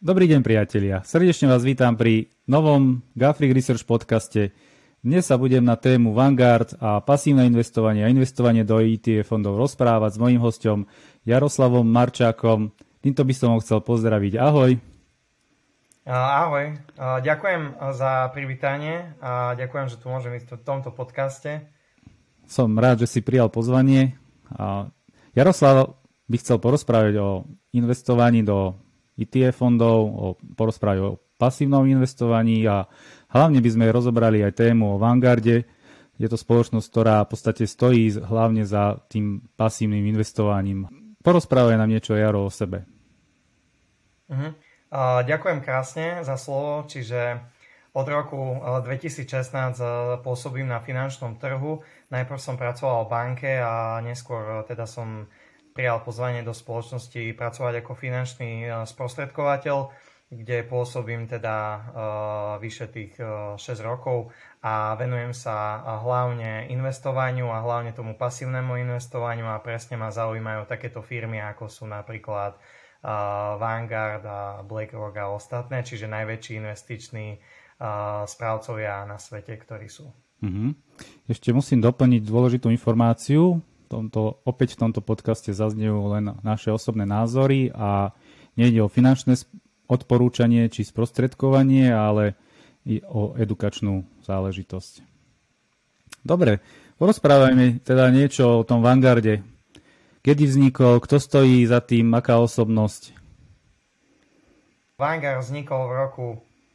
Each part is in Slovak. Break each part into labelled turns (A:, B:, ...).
A: Dobrý deň, priatelia. Srdečne vás vítam pri novom Gafrig Research podcaste. Dnes sa budem na tému Vanguard a pasívne investovanie a investovanie do ETF fondov rozprávať s mojím hosťom Jaroslavom Marčákom. Týmto by som ho chcel pozdraviť. Ahoj.
B: Ahoj. Ďakujem za privítanie a ďakujem, že tu môžem ísť v tomto podcaste.
A: Som rád, že si prijal pozvanie. Jaroslav by chcel porozprávať o investovaní do ETF fondov, porozprávať o pasívnom investovaní a hlavne by sme rozobrali aj tému o Vanguarde. Je to spoločnosť, ktorá v podstate stojí hlavne za tým pasívnym investovaním. Porozprávaj nám niečo, Jaro, o sebe.
B: Ďakujem krásne za slovo. Čiže od roku 2016 pôsobím na finančnom trhu. Najprv som pracoval v banke a neskôr teda som prijal pozvanie do spoločnosti pracovať ako finančný sprostredkovateľ, kde pôsobím teda vyše tých 6 rokov a venujem sa hlavne investovaniu a hlavne tomu pasívnemu investovaniu a presne ma zaujímajú takéto firmy, ako sú napríklad Vanguard a BlackRock a ostatné, čiže najväčší investiční správcovia na svete, ktorí sú.
A: Ešte musím doplniť dôležitú informáciu. Opäť v tomto podcaste zaznejú len naše osobné názory a nejde o finančné odporúčanie či sprostredkovanie, ale i o edukačnú záležitosť. Dobre, porozprávajme teda niečo o tom Vanguarde. Kedy vznikol, kto stojí za tým, aká osobnosť?
B: Vanguard vznikol v roku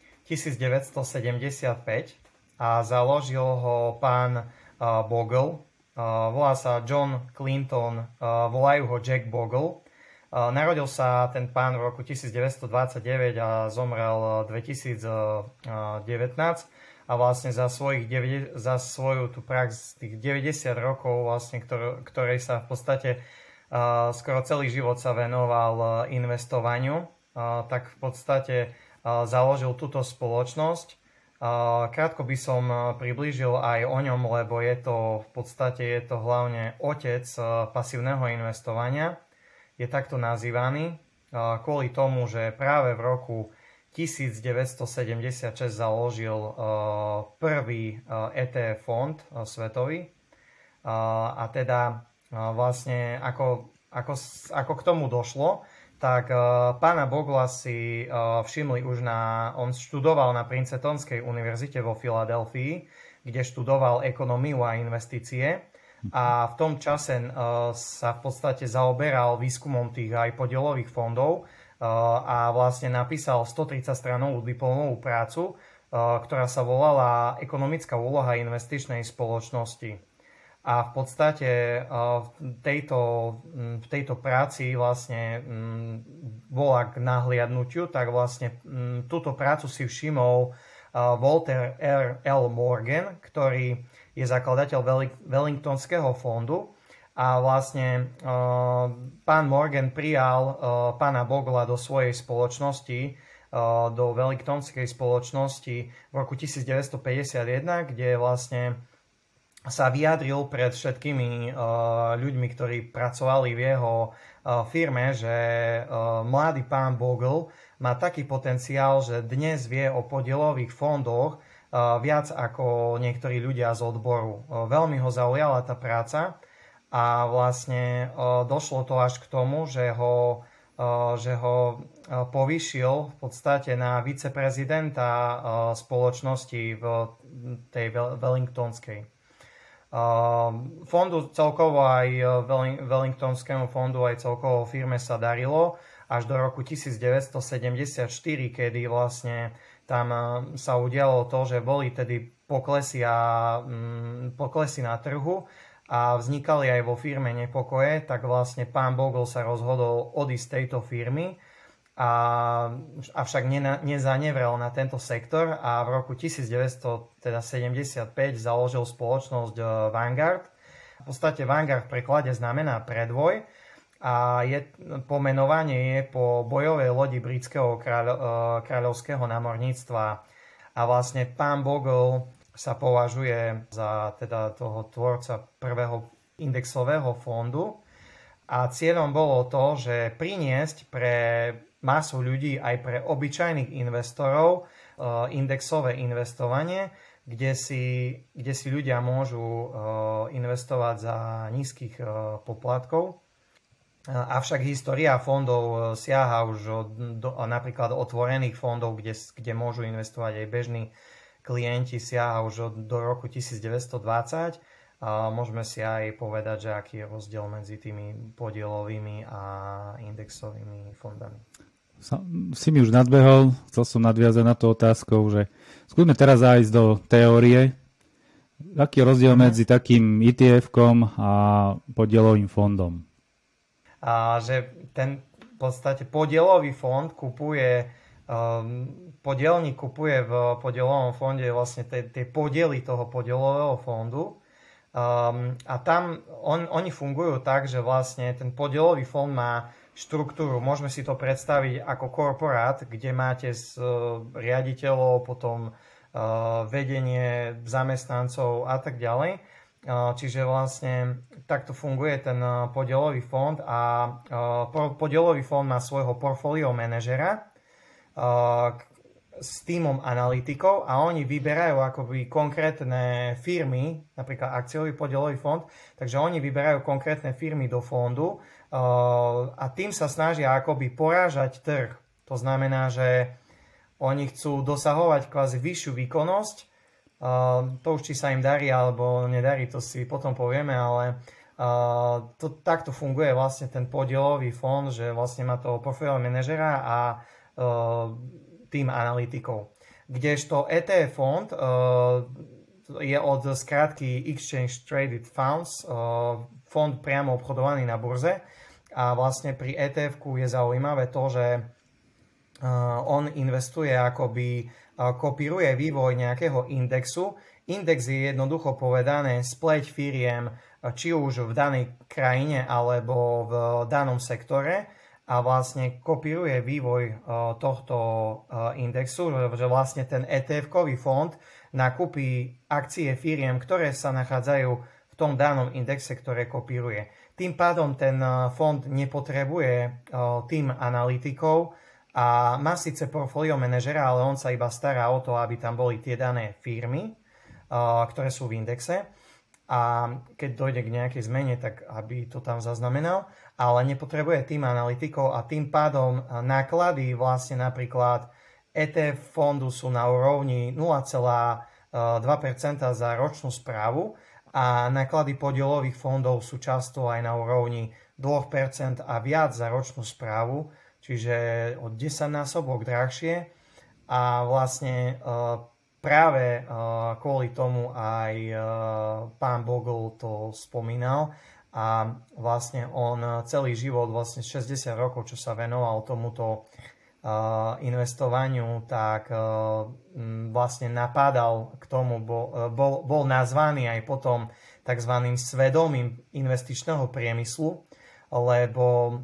B: 1975 a založil ho pán Bogle. Volá sa John Clinton, volajú ho Jack Bogle. Narodil sa ten pán v roku 1929 a zomrel 2019 a vlastne za svoju tú prax tých 90 rokov, vlastne, ktorej sa v podstate skoro celý život sa venoval investovaniu, tak v podstate založil túto spoločnosť. Krátko by som priblížil aj o ňom, lebo je to hlavne otec pasívneho investovania. Je takto nazývaný kvôli tomu, že práve v roku 1976 založil prvý ETF fond svetový. A teda vlastne ako k tomu došlo, tak pána Bogla si všimli už on študoval na Princetonskej univerzite vo Filadelfii, kde študoval ekonómiu a investície a v tom čase sa v podstate zaoberal výskumom tých aj podielových fondov a vlastne napísal 130-stranovú diplomovú prácu, ktorá sa volala Ekonomická úloha investičnej spoločnosti. A v podstate v tejto práci vlastne bola k nahliadnutiu, tak vlastne túto prácu si všimol Walter R. Morgan, ktorý je zakladateľ Wellingtonského fondu. A vlastne pán Morgan prijal pána Bogla do svojej spoločnosti, do Wellingtonskej spoločnosti v roku 1951, kde vlastne sa vyjadril pred všetkými ľuďmi, ktorí pracovali v jeho firme, že mladý pán Bogle má taký potenciál, že dnes vie o podielových fondoch viac ako niektorí ľudia z odboru. Veľmi ho zaujala tá práca a vlastne došlo to až k tomu, že ho povýšil v podstate na viceprezidenta spoločnosti v tej Wellingtonskej. Fondu celkovo aj Wellingtonskému fondu aj celkovo firme sa darilo až do roku 1974, kedy vlastne tam sa udialo to, že boli tedy poklesy na trhu a vznikali aj vo firme nepokoje, tak vlastne pán Bogle sa rozhodol odísť z tejto firmy avšak nezanevrel na tento sektor a v roku 1975 založil spoločnosť Vanguard. V podstate Vanguard v preklade znamená predvoj a pomenovanie je po bojovej lodi britského kráľovského námorníctva. A vlastne pán Bogle sa považuje za teda toho tvorca prvého indexového fondu. A cieľom bolo to, že priniesť pre masu ľudí, aj pre obyčajných investorov indexové investovanie, kde si ľudia môžu investovať za nízkych poplatkov. Avšak história fondov siaha už napríklad otvorených fondov, kde môžu investovať aj bežní klienti, siaha už do roku 1920. Môžeme si aj povedať, že aký je rozdiel medzi tými podielovými a indexovými fondami.
A: Si mi už nadbehol, chcel som nadviazať na tú otázkou, že skúsme teraz zájsť do teórie. Aký je rozdiel medzi takým ETF-kom a podielovým fondom?
B: Že ten v podstate podielový fond podielník kupuje v podielovom fonde vlastne tie podiely toho podielového fondu. A tam oni fungujú tak, že vlastne ten podielový fond má štruktúru. Môžeme si to predstaviť ako korporát, kde máte riaditeľov, potom vedenie zamestnancov a tak ďalej. Čiže vlastne takto funguje ten podielový fond a podielový fond má svojho portfólio manažera s tímom analytikov a oni vyberajú akoby konkrétne firmy, napríklad akciový podielový fond, takže oni vyberajú konkrétne firmy do fondu a tým sa snažia akoby porážať trh. To znamená, že oni chcú dosahovať kvázi vyššiu výkonnosť. To už či sa im darí alebo nedarí, to si potom povieme, ale takto funguje vlastne ten podielový fond, že vlastne má toho portfólio manažera a tým analytikov. Kdežto ETF fond je od skratky Exchange Traded Funds, fond priamo obchodovaný na burze. A vlastne pri ETF-ku je zaujímavé to, že on investuje akoby, kopíruje vývoj nejakého indexu. Index je jednoducho povedané spleť firiem, či už v danej krajine alebo v danom sektore a vlastne kopíruje vývoj tohto indexu, že vlastne ten ETF-kový fond nakúpi akcie firiem, ktoré sa nachádzajú v tom danom indexe, ktoré kopíruje. Tým pádom ten fond nepotrebuje tým analytikov a má síce portfólio manažera, ale on sa iba stará o to, aby tam boli tie dané firmy, ktoré sú v indexe. A keď dojde k nejakej zmene, tak aby to tam zaznamenal, ale nepotrebuje tým analytikov a tým pádom náklady vlastne napríklad ETF fondu sú na úrovni 0,2% za ročnú správu a náklady podielových fondov sú často aj na úrovni 2% a viac za ročnú správu, čiže o 10-násobok drahšie a vlastne práve kvôli tomu aj pán Bogle to spomínal a vlastne on celý život, vlastne 60 rokov, čo sa venoval tomuto investovaniu, tak vlastne napádal k tomu, bol nazvaný aj potom tzv. Svedomím investičného priemyslu, lebo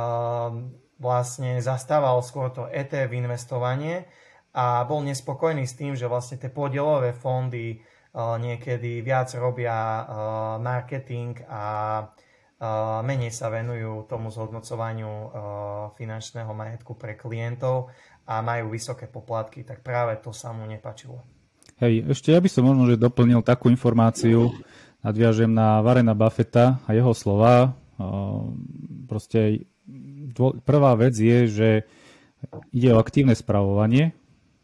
B: vlastne zastával skôr to ETF investovanie a bol nespokojný s tým, že vlastne tie podielové fondy niekedy viac robia marketing a menej sa venujú tomu zhodnocovaniu finančného majetku pre klientov a majú vysoké poplatky, tak práve to sa mu nepáčilo.
A: Hej, ešte ja by som možno že doplnil takú informáciu, nadviažem na Warrena Buffetta a jeho slova. Proste prvá vec je, že ide o aktívne spravovanie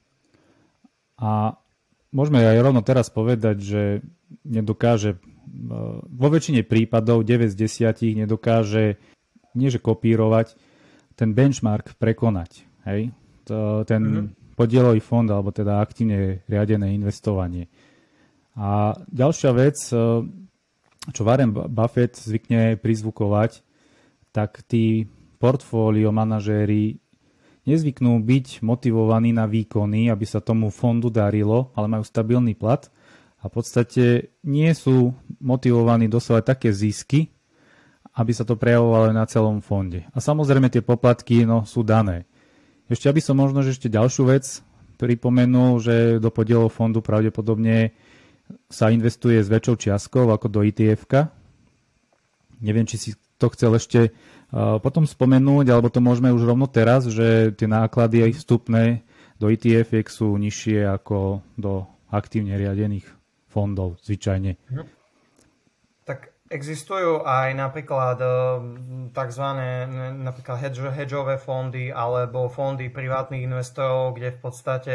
A: a môžeme aj rovno teraz povedať, že nedokáže vo väčšine prípadov 9 z 10 nedokáže nie že kopírovať, ten benchmark prekonať. Hej? Ten podielový fond, alebo teda aktívne riadené investovanie. A ďalšia vec, čo Warren Buffett zvykne prizvukovať, tak tí portfólio manažéri nezvyknú byť motivovaní na výkony, aby sa tomu fondu darilo, ale majú stabilný plat a v podstate nie sú motivovaní dosávať také zisky, aby sa to prejavovalo na celom fonde. A samozrejme tie poplatky sú dané. Ešte aby som možno ešte ďalšiu vec pripomenul, že do podielov fondu pravdepodobne sa investuje s väčšou čiastkou ako do ETF-ka. Neviem, či si to chcel ešte potom spomenúť, alebo to môžeme už rovno teraz, že tie náklady aj vstupné do ETF sú nižšie ako do aktívne riadených fondov zvyčajne.
B: Tak existujú aj napríklad tzv. Napríklad hedžové fondy alebo fondy privátnych investorov, kde v podstate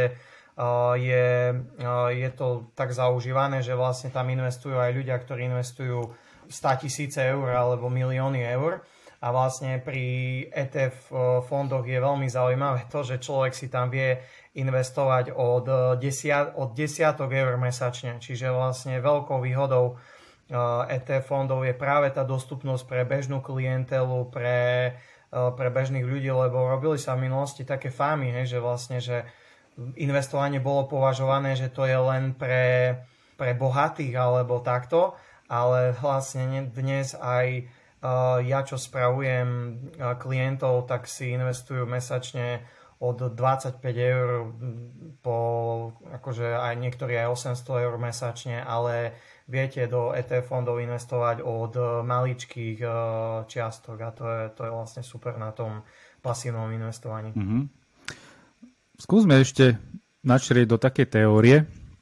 B: je to tak zaužívané, že vlastne tam investujú aj ľudia, ktorí investujú 100 000 eur alebo milióny eur. A vlastne pri ETF fondoch je veľmi zaujímavé to, že človek si tam vie investovať od desiatok eur mesačne. Čiže vlastne veľkou výhodou ETF fondov je práve tá dostupnosť pre bežnú klientelu, pre bežných ľudí, lebo robili sa v minulosti také fámy, že vlastne, že investovanie bolo považované, že to je len pre bohatých alebo takto, ale vlastne dnes aj ja, čo spravujem klientov, tak si investujú mesačne od 25 eur po, akože aj niektorí aj 800 eur mesačne, ale viete do ETF fondov investovať od maličkých čiastok a to je vlastne super na tom pasívnom investovaní.
A: Mm-hmm. Skúsme ešte načrieť do také teórie.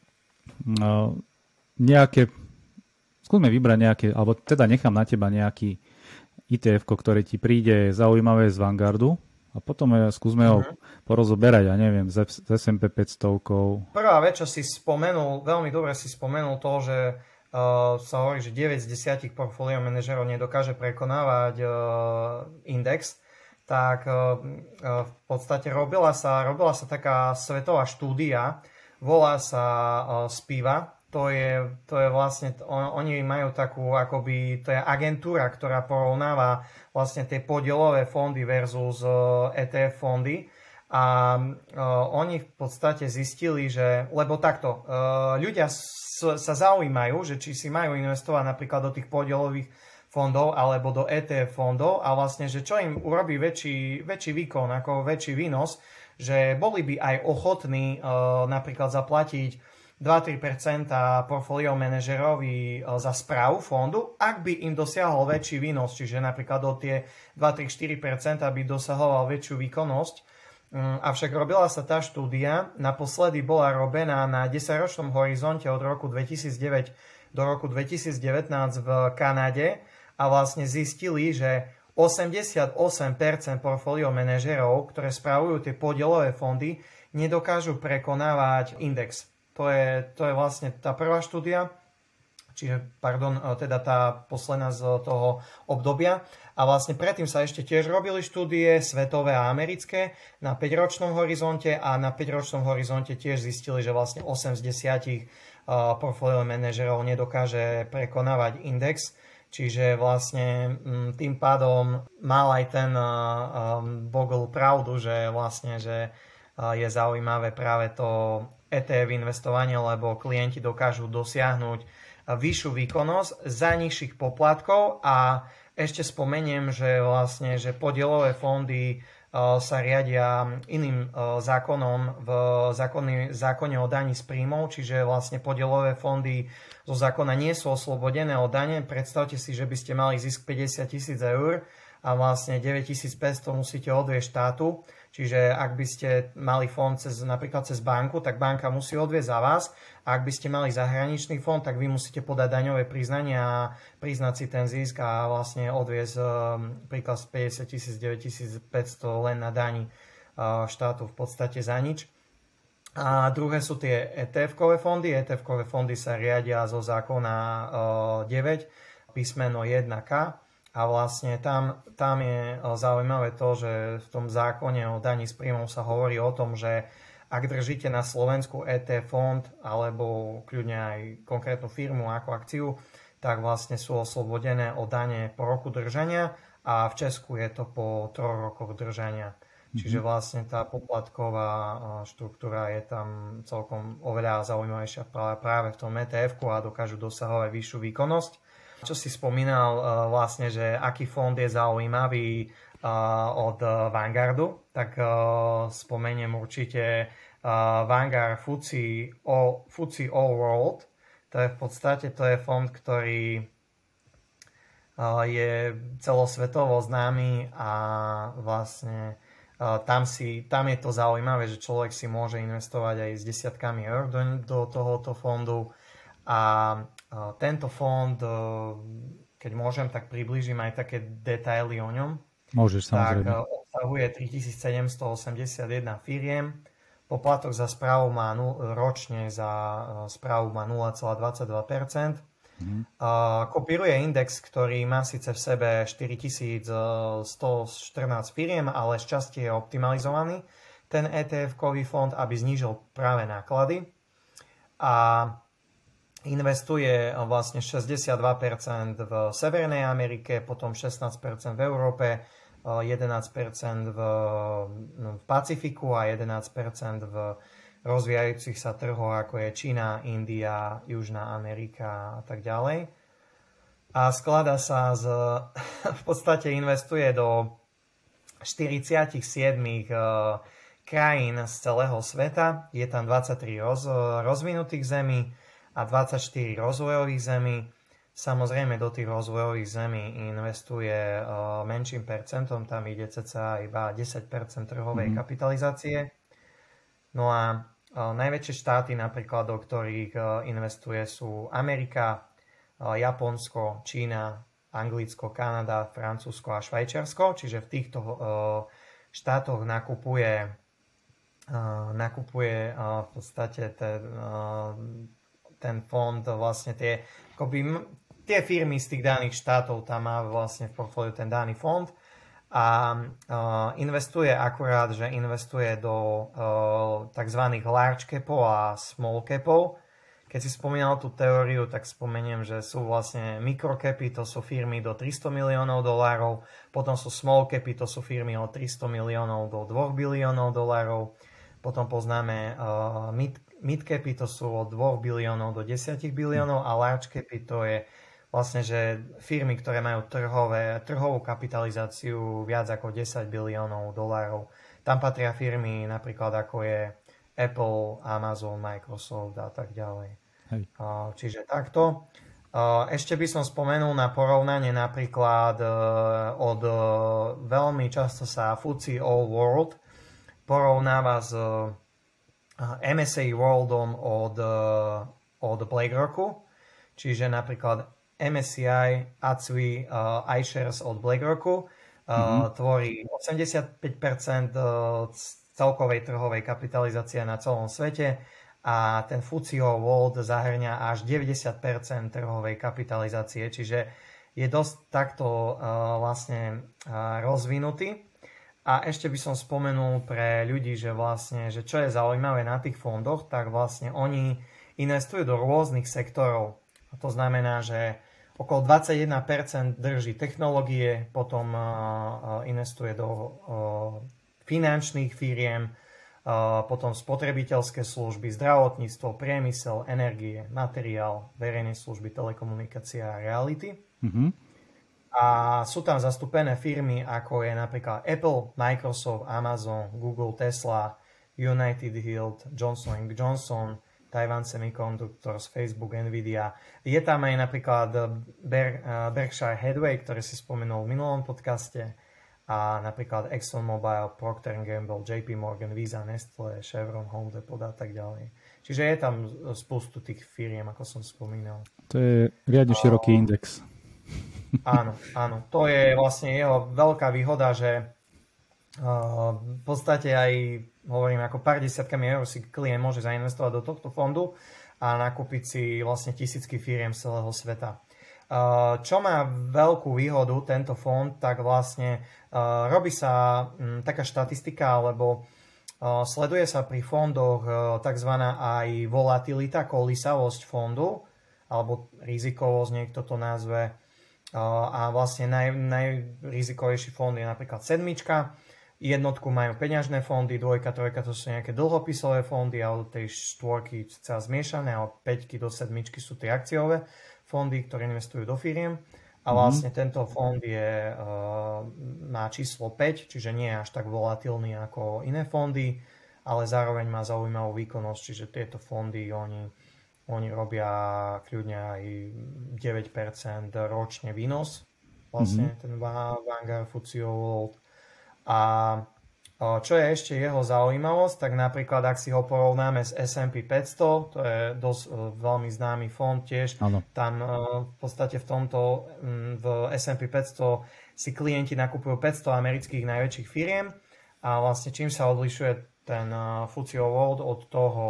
A: Skúsme vybrať nejaké, alebo teda nechám na teba nejaký ETF, ktoré ti príde zaujímavé z Vanguardu a potom skúsme ho porozoberať, ja neviem, z S&P 500.
B: Prvá vec, čo si spomenul, veľmi dobre si spomenul to, že sa hovorí, že 9 z 10 portfólio manažerov nedokáže prekonávať index, tak v podstate robila sa taká svetová štúdia, volá sa SPIVA. To je vlastne, oni majú takú, akoby, to je agentúra, ktorá porovnáva vlastne tie podielové fondy versus ETF fondy. A oni v podstate zistili, že, lebo takto, ľudia sa zaujímajú, že či si majú investovať napríklad do tých podielových fondov alebo do ETF fondov a vlastne, že čo im urobí väčší výkon, ako väčší výnos, že boli by aj ochotní napríklad zaplatiť 2-3% portfólio manažerovi za správu fondu, ak by im dosiahol väčší výnos, čiže napríklad o tie 2-3-4% by dosahoval väčšiu výkonnosť. Avšak robila sa tá štúdia, naposledy bola robená na 10-ročnom horizonte od roku 2009 do roku 2019 v Kanade a vlastne zistili, že 88% portfólio manažerov, ktoré spravujú tie podielové fondy, nedokážu prekonávať index. To je vlastne tá prvá štúdia, teda tá posledná z toho obdobia. A vlastne predtým sa ešte tiež robili štúdie svetové a americké na 5-ročnom horizonte a na 5-ročnom horizonte tiež zistili, že vlastne 8 z 10 portfólio manažerov nedokáže prekonávať index. Čiže vlastne tým pádom mal aj ten Bogle pravdu, že vlastne, že je zaujímavé práve to ETF investovanie, lebo klienti dokážu dosiahnuť vyššiu výkonnosť za nižších poplatkov a ešte spomeniem, že vlastne, že podielové fondy sa riadia iným zákonom v zákone o daní z príjmov, čiže vlastne podielové fondy zo zákona nie sú oslobodené od dane. Predstavte si, že by ste mali zisk 50 000 eur a vlastne 9500 musíte odviesť štátu. Čiže ak by ste mali fond napríklad cez banku, tak banka musí odviesť za vás. A ak by ste mali zahraničný fond, tak vy musíte podať daňové priznanie a priznať si ten zisk a vlastne odviesť príklad 50 000, 9500 len na daní štátu v podstate za nič. A druhé sú tie ETF-kové fondy. ETF-kové fondy sa riadia zo zákona 9, písmeno 1K. A vlastne tam je zaujímavé to, že v tom zákone o daní z príjmov sa hovorí o tom, že ak držíte na Slovensku ETF fond alebo kľudne aj konkrétnu firmu ako akciu, tak vlastne sú oslobodené od dane po roku držania a v Česku je to po 3 rokoch držania. Čiže vlastne tá poplatková štruktúra je tam celkom oveľa zaujímavejšia práve v tom ETF-ku a dokážu dosahovať vyššiu výkonnosť. Čo si spomínal vlastne, že aký fond je zaujímavý od Vanguardu, tak spomeniem určite Vanguard FTSE All World. To je v podstate fond, ktorý je celosvetovo známy a vlastne tam je to zaujímavé, že človek si môže investovať aj s desiatkami eur do tohoto fondu a tento fond, keď môžem, tak priblížim aj také detaily o ňom.
A: Môžeš, samozrejme.
B: Tak obsahuje 3781 firiem, poplatok za správu má ročne za správu má 0,22%. Kopíruje index, ktorý má síce v sebe 4114 firiem, ale z časti je optimalizovaný ten ETF-kový fond, aby znížil práve náklady a investuje vlastne 62% v Severnej Amerike, potom 16% v Európe, 11% v Pacifiku a 11% v rozvíjajúcich sa trhoch, ako je Čína, India, Južná Amerika a tak ďalej. A skladá sa v podstate investuje do 47 krajín z celého sveta. Je tam 23 rozvinutých zemí a 24 rozvojových zemí. Samozrejme do tých rozvojových zemí investuje menším percentom, tam ide cca iba 10% trhovej kapitalizácie. No a najväčšie štáty napríklad, do ktorých investuje sú Amerika, Japonsko, Čína, Anglicko, Kanada, Francúzsko a Švajčiarsko. Čiže v týchto štátoch nakupuje v podstate ten fond, vlastne tie firmy z tých daných štátov, tam má vlastne v portfóliu ten daný fond. A investuje do tzv. Large capov a small capov. Keď si spomínal tú teóriu, tak spomeniem, že sú vlastne microcapy, to sú firmy do $300 miliónov, potom sú small capy, to sú firmy od $300 miliónov do $2 biliónov, potom poznáme midcapy, to sú od $2 biliónov do $10 biliónov a large capy to je vlastne, že firmy, ktoré majú trhovú kapitalizáciu viac ako $10 biliónov. Tam patria firmy napríklad ako je Apple, Amazon, Microsoft a tak ďalej. Hej. Čiže takto. Ešte by som spomenul na porovnanie napríklad od veľmi často sa FTSE All World porovnáva s MSCI Worldom od BlackRocku. Čiže napríklad MSCI, ACWI, iShares od BlackRocku tvorí 85% celkovej trhovej kapitalizácie na celom svete a ten FTSE World zahrňa až 90% trhovej kapitalizácie, čiže je dosť takto vlastne rozvinutý. A ešte by som spomenul pre ľudí, že vlastne, že čo je zaujímavé na tých fondoch, tak vlastne oni investujú do rôznych sektorov. A to znamená, že okolo 21% drží technológie, potom investuje do finančných firiem, potom spotrebiteľské služby, zdravotníctvo, priemysel, energie, materiál, verejné služby, telekomunikácia a reality. A sú tam zastúpené firmy, ako je napríklad Apple, Microsoft, Amazon, Google, Tesla, United Health, Johnson & Johnson, Taiwan Semiconductors, Facebook, Nvidia. Je tam aj napríklad Berkshire Hathaway, ktoré si spomenul v minulom podcaste, a napríklad ExxonMobil, Procter & Gamble, JP Morgan, Visa, Nestlé, Chevron, Home Depot a tak ďalej. Čiže je tam spustu tých firiem, ako som spomínal.
A: To je riadne široký index.
B: Áno. To je vlastne jeho veľká výhoda, že v podstate aj, hovorím, ako pár desiatkami eur si klient môže zainvestovať do tohto fondu a nakúpiť si vlastne tisícky firiem z celého sveta. Čo má veľkú výhodu tento fond, tak vlastne robí sa taká štatistika, alebo sleduje sa pri fondoch tzv. Aj volatilita, kolísavosť fondu, alebo rizikovosť, niekto to nazve. A vlastne najrizikovejší fond je napríklad sedmička. Jednotku majú peňažné fondy, dvojka, trojka to sú nejaké dlhopisové fondy a od tej štvorky celá zmiešané a od 5 do 7 sú tie akciové fondy, ktoré investujú do firiem. A vlastne tento fond má číslo 5, čiže nie je až tak volatilný ako iné fondy, ale zároveň má zaujímavú výkonnosť, čiže tieto fondy oni robia kľudne aj 9% ročne výnos. vlastne ten Vanguard FTSE World. A čo je ešte jeho zaujímavosť, tak napríklad ak si ho porovnáme s S&P 500, to je dosť veľmi známy fond tiež, tam v podstate v S&P 500 si klienti nakupujú 500 amerických najväčších firiem a vlastne čím sa odlišuje ten FTSE World od toho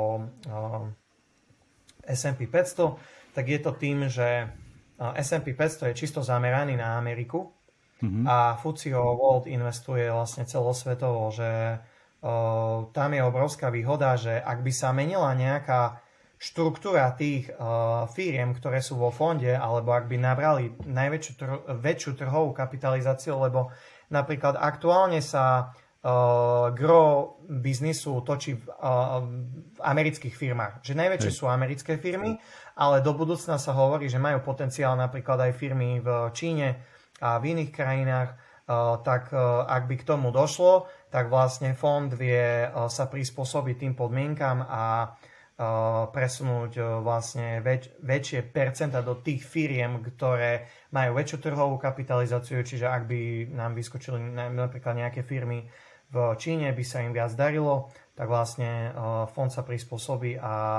B: S&P 500, tak je to tým, že S&P 500 je čisto zameraný na Ameriku, a FTSE World investuje vlastne celosvetovo, že tam je obrovská výhoda, že ak by sa menila nejaká štruktúra tých firiem, ktoré sú vo fonde, alebo ak by nabrali väčšiu trhovú kapitalizáciu, lebo napríklad aktuálne sa gro biznisu točí v amerických firmách. Že najväčšie sú americké firmy, ale do budúcna sa hovorí, že majú potenciál napríklad aj firmy v Číne a v iných krajinách, tak ak by k tomu došlo, tak vlastne fond vie sa prispôsobiť tým podmienkam a presunúť vlastne väčšie percenta do tých firiem, ktoré majú väčšiu trhovú kapitalizáciu, čiže ak by nám vyskočili napríklad nejaké firmy v Číne, by sa im viac darilo, tak vlastne fond sa prispôsobí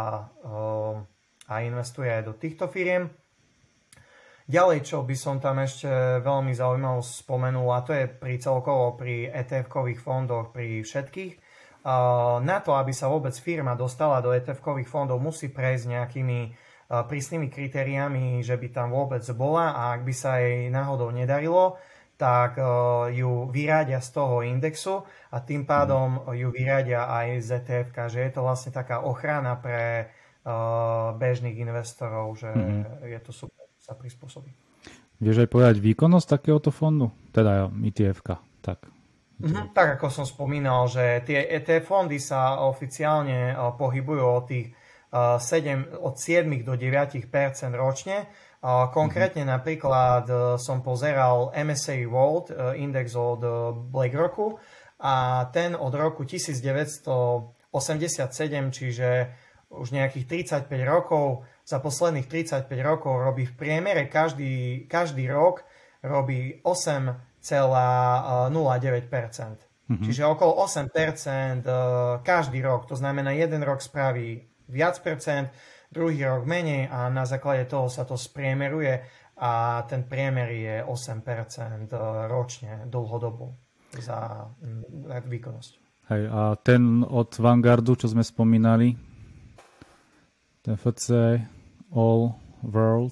B: a investuje aj do týchto firiem. Ďalej, čo by som tam ešte veľmi zaujímavé spomenul, a to je celkovo pri ETF-kových fondoch, pri všetkých. Na to, aby sa vôbec firma dostala do ETF-kových fondov, musí prejsť nejakými prísnymi kritériami, že by tam vôbec bola, a ak by sa jej náhodou nedarilo, tak ju vyradia z toho indexu a tým pádom ju vyradia aj z ETF, že je to vlastne taká ochrana pre bežných investorov, že je to super, sa prispôsobí.
A: Vieš aj povedať výkonnosť takéhoto fondu? Teda ETF-ka. Tak.
B: Tak ako som spomínal, že tie ETF fondy sa oficiálne pohybujú od 7 do 9% ročne. Konkrétne napríklad som pozeral MSCI World index od BlackRocku a ten od roku 1987, čiže už nejakých 35 rokov, za posledných 35 rokov robí v priemere každý rok robí 8,09%. Čiže okolo 8% každý rok. To znamená, jeden rok spraví viac percent, druhý rok menej a na základe toho sa to spriemeruje a ten priemer je 8% ročne dlhodobo za výkonnosť.
A: Hej, a ten od Vanguardu, čo sme spomínali, ten FTSE All World,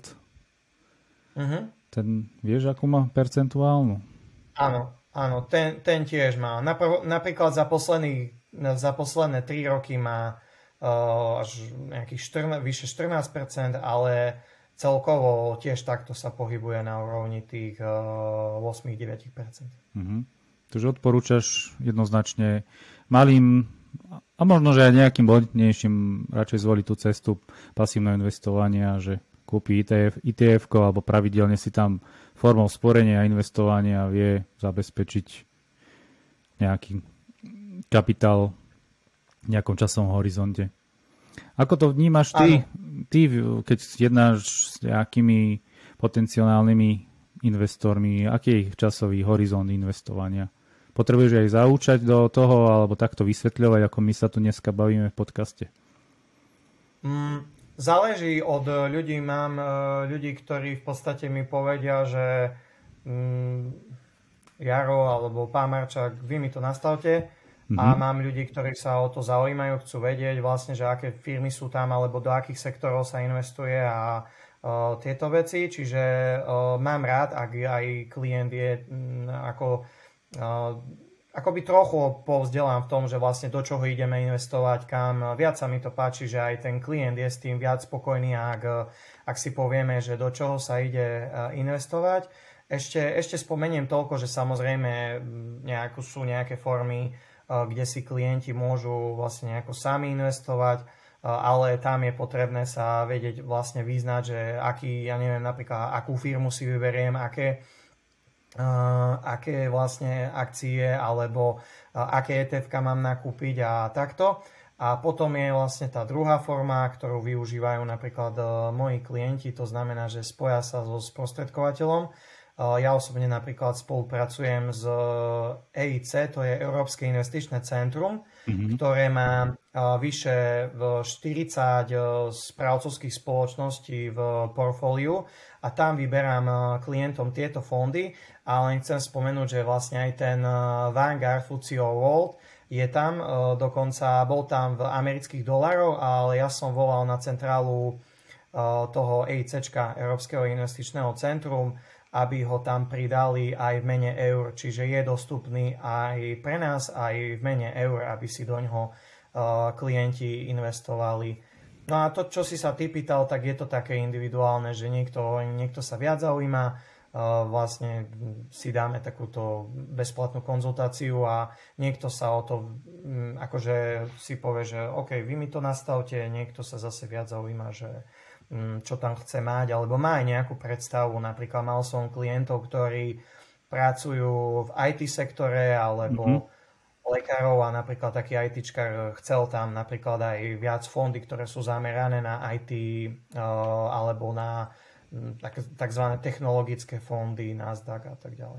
A: ten vieš, akú má percentuálnu?
B: Áno, ten tiež má. Napríklad za posledné 3 roky má až nejakých vyše 14%, ale celkovo tiež takto sa pohybuje na úrovni tých 8-9%.
A: Takže odporúčaš jednoznačne malým a možno, že aj nejakým bodnejším radšej zvoliť tú cestu pasívneho investovania, že kúpi ETF alebo pravidelne si tam formou sporenia a investovania vie zabezpečiť nejaký kapitál v nejakom časovom horizonte. Ako to vnímaš ty, keď jednáš s nejakými potenciálnymi investormi, aký je ich časový horizont investovania? Potrebuješ aj zaučať do toho, alebo takto vysvetľovať, ako my sa tu dneska bavíme v podcaste?
B: Záleží od ľudí. Mám ľudí, ktorí v podstate mi povedia, že Jaro alebo pán Marčák, vy mi to nastavte. A mám ľudí, ktorí sa o to zaujímajú, chcú vedieť vlastne, že aké firmy sú tam, alebo do akých sektorov sa investuje a tieto veci. Čiže mám rád, ak aj klient je akoby trochu povzdelám v tom, že vlastne do čoho ideme investovať, kam. Viac sa mi to páči, že aj ten klient je s tým viac spokojný, ak si povieme, že do čoho sa ide investovať. Ešte spomeniem toľko, že samozrejme sú nejaké formy, kde si klienti môžu vlastne nejako sami investovať, ale tam je potrebné sa vedieť vlastne vyznať, že napríklad akú firmu si vyberiem, aké vlastne akcie alebo aké ETF-ka mám nakúpiť a takto. A potom je vlastne tá druhá forma, ktorú využívajú napríklad moji klienti, to znamená, že spoja sa so sprostredkovateľom Ja osobne napríklad spolupracujem s EIC, to je Európske investičné centrum, ktoré má vyše 40 správcovských spoločností v portfóliu a tam vyberám klientom tieto fondy, ale chcem spomenúť, že vlastne aj ten Vanguard FTSE All World je tam, dokonca bol tam v amerických dolarov, ale ja som volal na centrálu toho EICčka, Európskeho investičného centrum, aby ho tam pridali aj v mene eur, čiže je dostupný aj pre nás, aj v mene eur, aby si do ňoho klienti investovali. No a to, čo si sa ty pýtal, tak je to také individuálne, že niekto sa viac zaujíma, vlastne si dáme takúto bezplatnú konzultáciu a niekto sa o to, akože si povie, že OK, vy mi to nastavte, niekto sa zase viac zaujíma, že čo tam chce mať, alebo má aj nejakú predstavu. Napríklad mal som klientov, ktorí pracujú v IT sektore, alebo lekárov a napríklad taký ITčkar chcel tam napríklad aj viac fondy, ktoré sú zamerané na IT alebo na takzvané technologické fondy, Nasdaq a tak ďalej.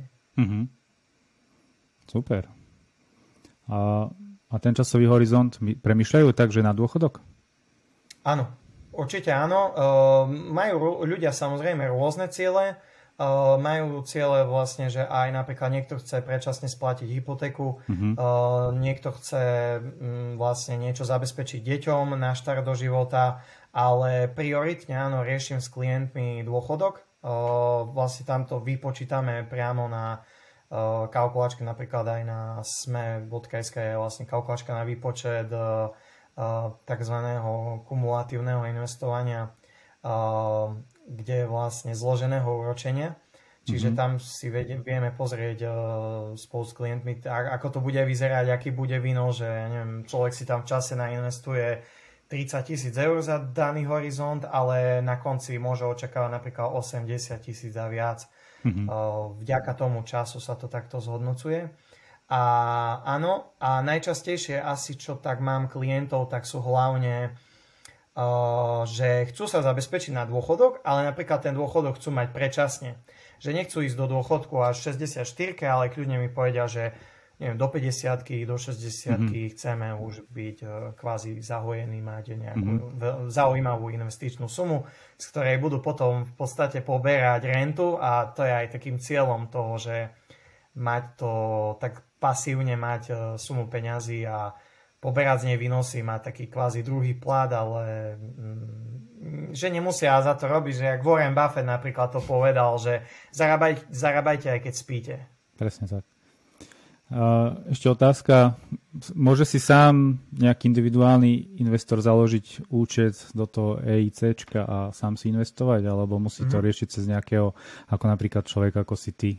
A: Super. A ten časový horizont premýšľajú tak, že na dôchodok?
B: Áno. Určite áno. Majú ľudia samozrejme rôzne ciele. Majú ciele vlastne, že aj napríklad niekto chce predčasne splatiť hypotéku, niekto chce vlastne niečo zabezpečiť deťom na štart do života, ale prioritne áno, riešim s klientmi dôchodok. Vlastne tamto vypočítame priamo na kalkulačke, napríklad aj na sme.sk je vlastne kalkulačka na výpočet takzvaného kumulatívneho investovania, kde je vlastne zloženého úročenia. Čiže tam si vieme pozrieť spolu s klientmi, ako to bude vyzerať, aký bude výnos, že neviem, človek si tam v čase nainvestuje 30 000 eur za daný horizont, ale na konci môže očakávať napríklad 80 000 a viac. Vďaka tomu času sa to takto zhodnocuje. A áno, a najčastejšie asi, čo tak mám klientov, tak sú hlavne, že chcú sa zabezpečiť na dôchodok, ale napríklad ten dôchodok chcú mať predčasne. Že nechcú ísť do dôchodku až 64, ale kľudne mi povedia, že neviem, do 50-ky, do 60-ky chceme už byť kvázi zahojení, mať nejakú zaujímavú investičnú sumu, z ktorej budú potom v podstate poberať rentu a to je aj takým cieľom toho, že mať to tak pasívne mať sumu peňazí a poberať z nej výnosy, mať taký kvázi druhý plat, ale že nemusia za to robiť, že jak Warren Buffett napríklad to povedal, že zarábajte aj keď spíte.
A: Presne tak. Ešte otázka, môže si sám nejaký individuálny investor založiť účet do toho EICčka a sám si investovať, alebo musí to riešiť cez nejakého, ako napríklad človek ako si ty?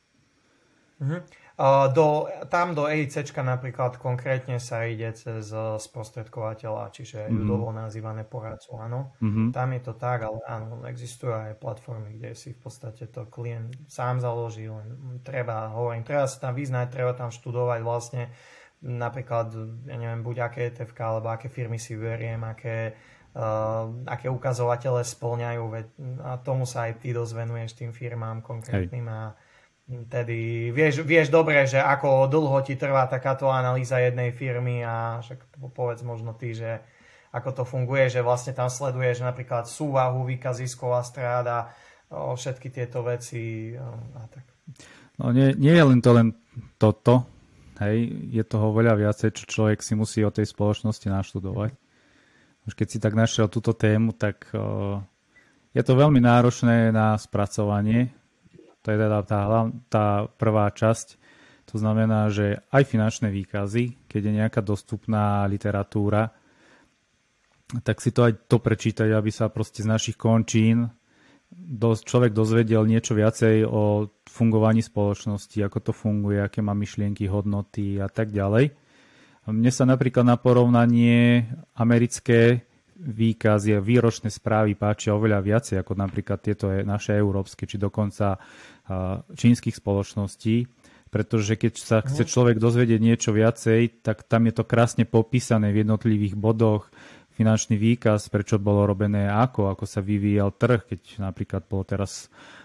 B: Tam do EICčka napríklad konkrétne sa ide cez sprostredkovateľa, čiže ľudovo nazývané poradcu, áno. Tam je to tak, ale áno, existujú aj platformy, kde si v podstate to klient sám založí, len treba sa tam vyznať, treba tam študovať vlastne napríklad, ja neviem, buď aké ETF, alebo aké firmy si vyberiem, aké ukazovatele spĺňajú, a tomu sa aj ty dozvenuješ tým firmám konkrétnym a tedy vieš dobre, že ako dlho ti trvá takáto analýza jednej firmy a však povedz možno ty, že ako to funguje, že vlastne tam sleduješ napríklad súvahu, výkaz, zisková stráda, všetky tieto veci a tak.
A: No nie je len toto, hej, je toho veľa viacej, čo človek si musí o tej spoločnosti naštudovať. Už keď si tak našiel túto tému, tak je to veľmi náročné na spracovanie. To je teda tá prvá časť. To znamená, že aj finančné výkazy, keď je nejaká dostupná literatúra, tak si to aj to prečítať, aby sa proste z našich končín človek dozvedel niečo viacej o fungovaní spoločnosti, ako to funguje, aké má myšlienky, hodnoty a tak ďalej. Mne sa napríklad na porovnanie americké výkazy a výročné správy páčia oveľa viacej ako napríklad tieto naše európske, či dokonca čínskych spoločností, pretože keď sa chce človek dozvedieť niečo viacej, tak tam je to krásne popísané v jednotlivých bodoch, finančný výkaz, prečo bolo robené ako sa vyvíjal trh, keď napríklad bolo teraz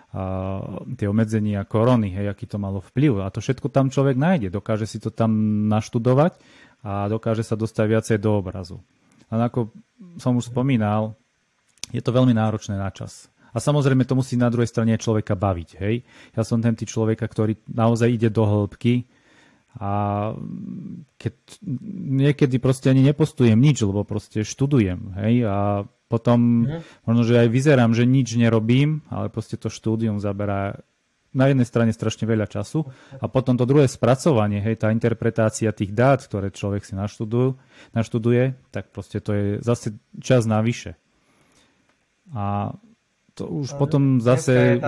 A: tie obmedzenia korony, hej, aký to malo vplyv. A to všetko tam človek nájde, dokáže si to tam naštudovať a dokáže sa dostať viacej do obrazu. Ale ako som už spomínal, je to veľmi náročné na čas. A samozrejme to musí na druhej strane človeka baviť. Hej. Ja som ten typ človeka, ktorý naozaj ide do hĺbky a keď niekedy proste ani nepostujem nič, lebo proste študujem. Hej. A potom možno, že aj vyzerám, že nič nerobím, ale proste to štúdium zaberá na jednej strane strašne veľa času a potom to druhé spracovanie, hej, tá interpretácia tých dát, ktoré človek si naštuduje, tak proste to je zase čas navyše. A to už potom zase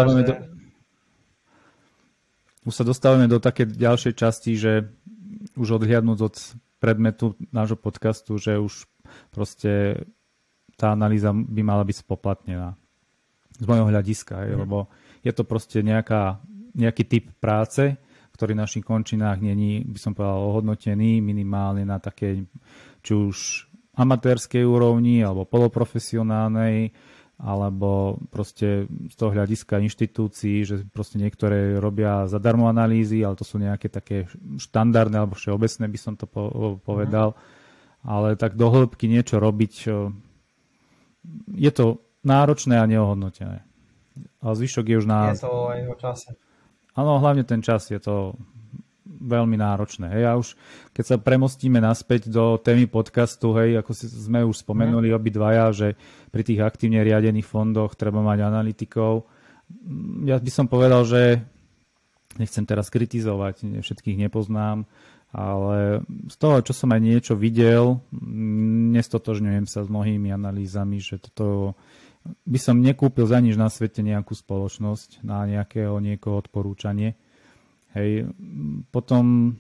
A: už sa dostávame do také ďalšej časti, že už odhliadnúť od predmetu nášho podcastu, že už proste tá analýza by mala byť spoplatnená. Z môjho hľadiska, lebo je to proste nejaký typ práce, ktorý v našich končinách není, by som povedal, ohodnotený minimálne na takej, či už amatérskej úrovni, alebo poloprofesionálnej, alebo proste z toho hľadiska inštitúcií, že proste niektoré robia zadarmo analýzy, ale to sú nejaké také štandardné alebo všeobecné, by som to povedal. Ale tak do hĺbky niečo robiť, je to náročné a neohodnotené. A zvyšok je už na...
B: Je to aj o čase.
A: Áno, hlavne ten čas, je to veľmi náročné. Hej. A už keď sa premostíme naspäť do témy podcastu, hej, ako sme už spomenuli obidvaja, že pri tých aktívne riadených fondoch treba mať analytikov. Ja by som povedal, že nechcem teraz kritizovať, všetkých nepoznám, ale z toho, čo som aj niečo videl, nestotožňujem sa s mnohými analýzami, že toto by som nekúpil za nič na svete nejakú spoločnosť na niekoho odporúčanie. Hej. Potom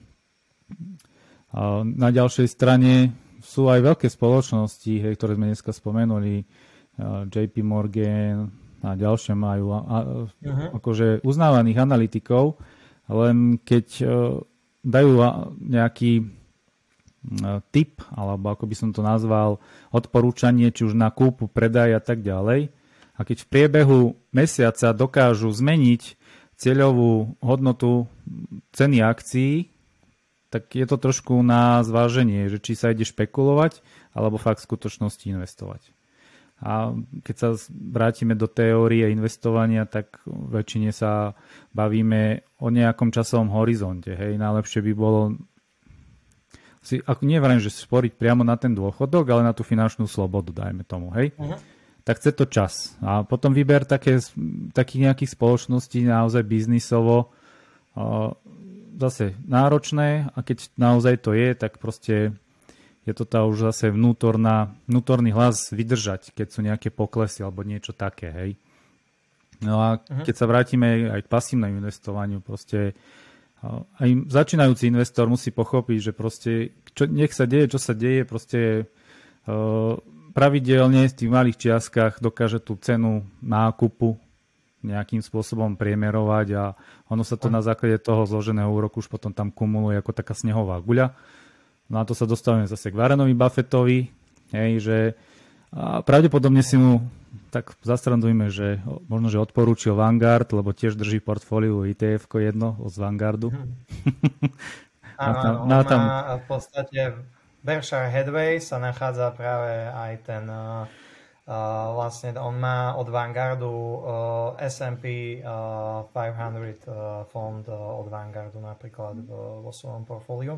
A: na ďalšej strane sú aj veľké spoločnosti, hej, ktoré sme dneska spomenuli, JP Morgan a ďalšie majú akože uznávaných analytikov, len keď dajú nejaký tip, alebo ako by som to nazval, odporúčanie, či už na kúpu, predaj a tak ďalej. A keď v priebehu mesiaca dokážu zmeniť cieľovú hodnotu ceny akcií, tak je to trošku na zváženie, že či sa ide špekulovať, alebo fakt v skutočnosti investovať. A keď sa vrátime do teórie investovania, tak väčšine sa bavíme o nejakom časovom horizonte. Hej. Najlepšie by bolo ako nevrajím, že sporiť priamo na ten dôchodok, ale na tú finančnú slobodu, dajme tomu, hej. Tak chce to čas. A potom vyber takých nejakých spoločností naozaj biznisovo zase náročné a keď naozaj to je, tak proste je to tá už zase vnútorný hlas vydržať, keď sú nejaké poklesy alebo niečo také, hej. No a keď sa vrátime aj k pasívnemu investovaniu, proste aj začínajúci investor musí pochopiť, že proste nech sa deje, čo sa deje, proste pravidelne v tých malých čiastkách dokáže tú cenu nákupu nejakým spôsobom priemerovať a ono sa to na základe toho zloženého úroku už potom tam kumuluje ako taká snehová guľa. No a to sa dostávame zase k Warrenovi Buffettovi, hej, že a pravdepodobne si mu tak zastrandujme, že možno, že odporúčil Vanguard, lebo tiež drží portfóliu ETF-ko jedno z Vanguardu.
B: Áno, on má v podstate Berkshire Hathaway sa nachádza práve aj ten vlastne on má od Vanguardu S&P 500 fond od Vanguardu napríklad vo svojom portfóliu.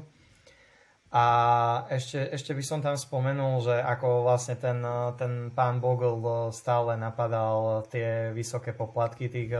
B: A ešte by som tam spomenul, že ako vlastne ten pán Bogle stále napadal tie vysoké poplatky tých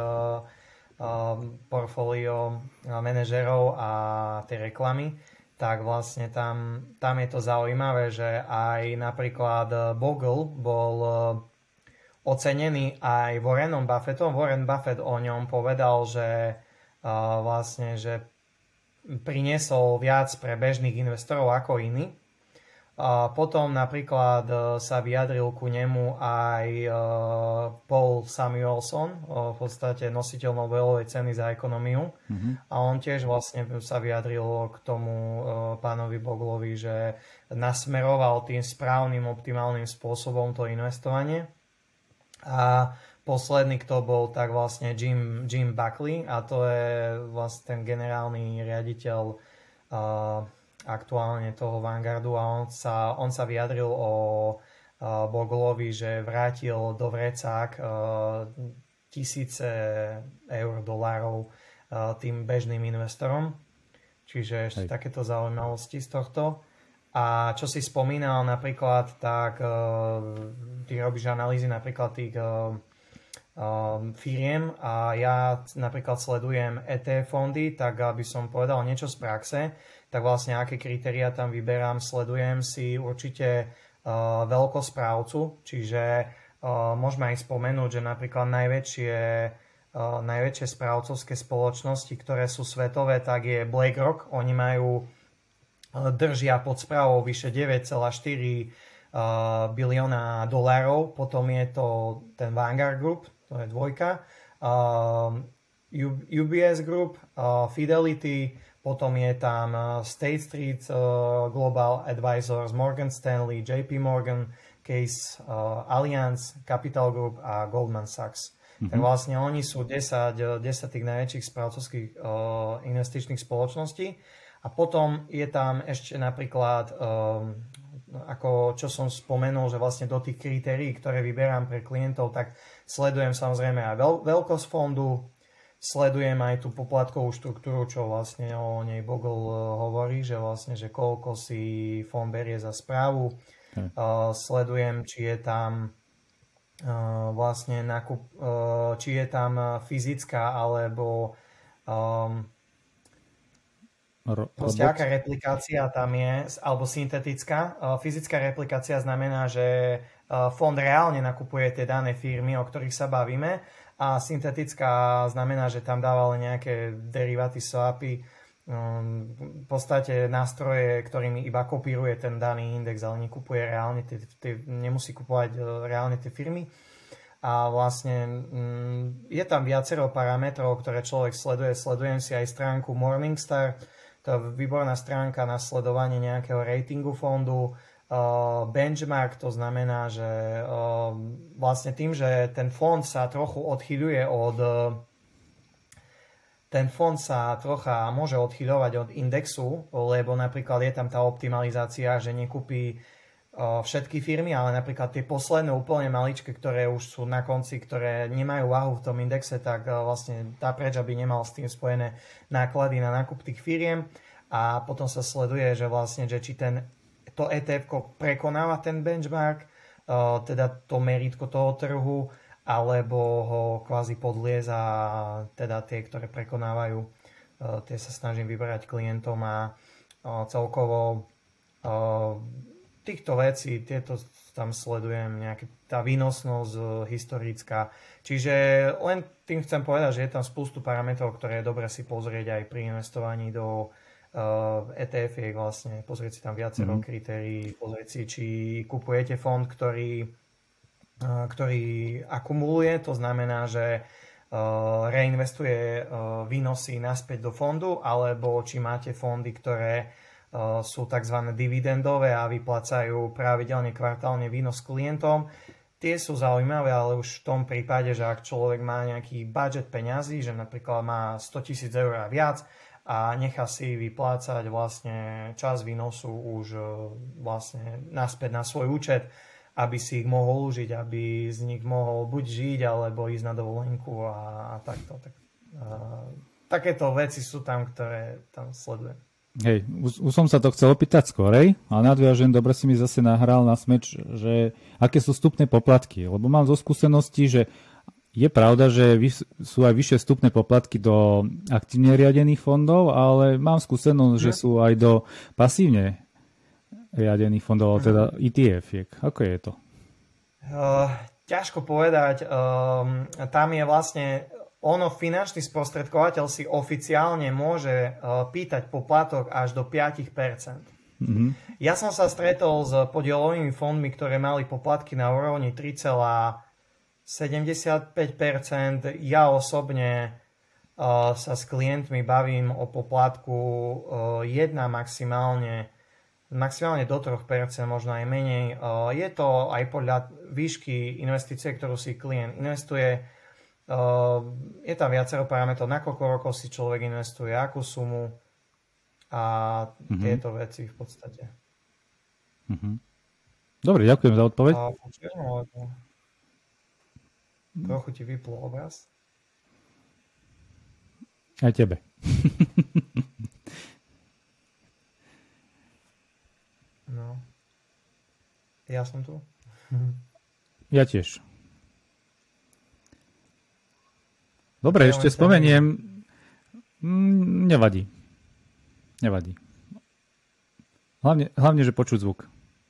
B: portfólio manažerov a tie reklamy, tak vlastne tam je to zaujímavé, že aj napríklad Bogle bol ocenený aj Warrenom Buffettom. Warren Buffett o ňom povedal, že vlastne, že priniesol viac pre bežných investorov ako iní. Potom napríklad sa vyjadril ku nemu aj Paul Samuelson, v podstate nositeľ Nobelovej ceny za ekonómiu. A on tiež vlastne sa vyjadril k tomu pánovi Boglovi, že nasmeroval tým správnym, optimálnym spôsobom to investovanie. A posledný, kto bol, tak vlastne Jim Buckley, a to je vlastne ten generálny riaditeľ aktuálne toho Vanguardu, a on sa vyjadril o Boglovi, že vrátil do vrecák tisíce eur, dolárov tým bežným investorom. Čiže ešte takéto zaujímavosti z tohto. A čo si spomínal napríklad, tak ty robíš analýzy napríklad tých firiem, a ja napríklad sledujem ETF fondy, tak aby som povedal niečo z praxe, tak vlastne aké kritériá tam vyberám, sledujem si určite veľkosprávcu, čiže môžeme aj spomenúť, že napríklad najväčšie správcovské spoločnosti, ktoré sú svetové, tak je BlackRock. Oni držia pod správou vyše 9,4 bilióna dolárov. Potom je to ten Vanguard Group, to je dvojka, UBS Group, Fidelity, potom je tam State Street Global Advisors, Morgan Stanley, JP Morgan, Case, Allianz, Capital Group a Goldman Sachs. Tak vlastne oni sú 10 tých najväčších správcovských investičných spoločností. A potom je tam ešte napríklad, ako čo som spomenul, že vlastne do tých kritérií, ktoré vyberám pre klientov, tak sledujem samozrejme aj veľkosť fondu, sledujem aj tú poplatkovú štruktúru, čo vlastne o nej Bogle hovorí, že vlastne, že koľko si fond berie za správu. Sledujem, či je tam vlastne či je tam fyzická alebo proste aká replikácia tam je, alebo syntetická. Fyzická replikácia znamená, že fond reálne nakupuje tie dané firmy, o ktorých sa bavíme, a syntetická znamená, že tam dáva len nejaké deriváty, swapy, v podstate nástroje, ktorými iba kopíruje ten daný index, ale nekupuje reálne, nemusí kupovať reálne tie firmy. A vlastne je tam viacero parametrov, ktoré človek sleduje. Sledujem si aj stránku Morningstar, to je výborná stránka na sledovanie nejakého ratingu fondu. Benchmark, to znamená, že vlastne tým, že ten fond sa trochu odchyľuje ten fond sa trocha môže odchyľovať od indexu, lebo napríklad je tam tá optimalizácia, že nekúpi všetky firmy, ale napríklad tie posledné úplne maličké, ktoré už sú na konci, ktoré nemajú váhu v tom indexe, tak vlastne tá preč, aby nemal s tým spojené náklady na nákup tých firiem. A potom sa sleduje, že vlastne, že či to ETF prekonáva ten benchmark, teda to meritko toho trhu, alebo ho kvázi podlieza, teda tie, ktoré prekonávajú, tie sa snažím vyberať klientom, a celkovo týchto vecí, tieto tam sledujem, tá výnosnosť historická. Čiže len tým chcem povedať, že je tam spústu parametrov, ktoré je dobre si pozrieť aj pri investovaní do ETF-iek, vlastne pozrieť si tam viacero kritérií, pozrieť si, či kupujete fond, ktorý akumuluje, to znamená, že reinvestuje výnosy naspäť do fondu, alebo či máte fondy, ktoré sú tzv. Dividendové a vyplácajú pravidelne kvartálne výnos klientom. Tie sú zaujímavé, ale už v tom prípade, že ak človek má nejaký budget peňazí, že napríklad má 100 000 eur a viac a nechá si vyplácať vlastne časť výnosu už vlastne naspäť na svoj účet, aby si ich mohol užiť, aby z nich mohol buď žiť, alebo ísť na dovolenku a takto. Takéto veci sú tam, ktoré tam sledujem.
A: Hej, už som sa to chcel opýtať skorej, ale nadviažem, dobre si mi zase nahral na smeč, že aké sú vstupné poplatky, lebo mám zo skúseností, že je pravda, že sú aj vyššie vstupné poplatky do aktívne riadených fondov, ale mám skúsenosť, že sú aj do pasívne riadených fondov, teda ETF-iek. Ako je to?
B: Ťažko povedať. Tam je vlastne finančný sprostredkovateľ si oficiálne môže pýtať poplatok až do 5%. Ja som sa stretol s podielovými fondmi, ktoré mali poplatky na úrovni 3,75%. Ja osobne sa s klientmi bavím o poplatku 1, maximálne maximálne do 3%, možno aj menej. Je to aj podľa výšky investície, ktorú si klient investuje. Je tam viacero parametrov, na koľko rokov si človek investuje, akú sumu a tieto veci v podstate.
A: Dobre, ďakujem za odpoveď.
B: Trochu ti vyplul obraz.
A: Aj tebe.
B: No. Ja som tu.
A: Ja tiež. Dobre, ešte spomeniem. Nevadí. Hlavne, že počuť zvuk.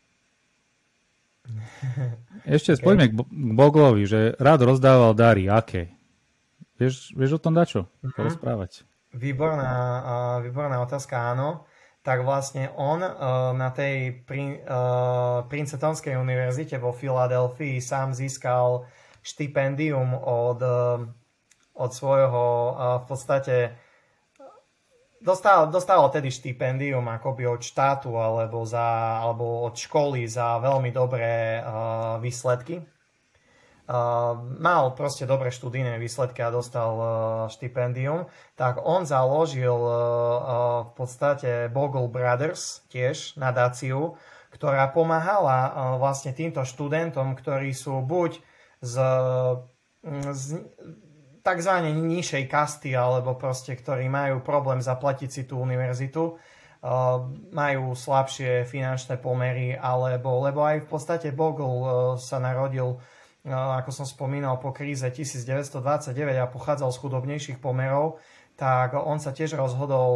A: Ešte spojme k Boglovi, že rád rozdával dary. Aké? Vieš o tom dačo? Porozprávať.
B: Výborná otázka, áno. Tak vlastne on na tej Princetonskej univerzite vo Filadelfii sám získal štipendium od svojho v podstate dostal tedy štipendium akoby od štátu alebo od školy za veľmi dobré výsledky. Mal proste dobré študijné výsledky a dostal štipendium, tak on založil v podstate Bogle Brothers, tiež nadáciu, ktorá pomáhala vlastne týmto študentom, ktorí sú buď z takzvané nižšej kasty, alebo proste, ktorí majú problém zaplatiť si tú univerzitu, majú slabšie finančné pomery, lebo aj v podstate Bogle sa narodil, ako som spomínal, po kríze 1929 a pochádzal z chudobnejších pomerov, tak on sa tiež rozhodol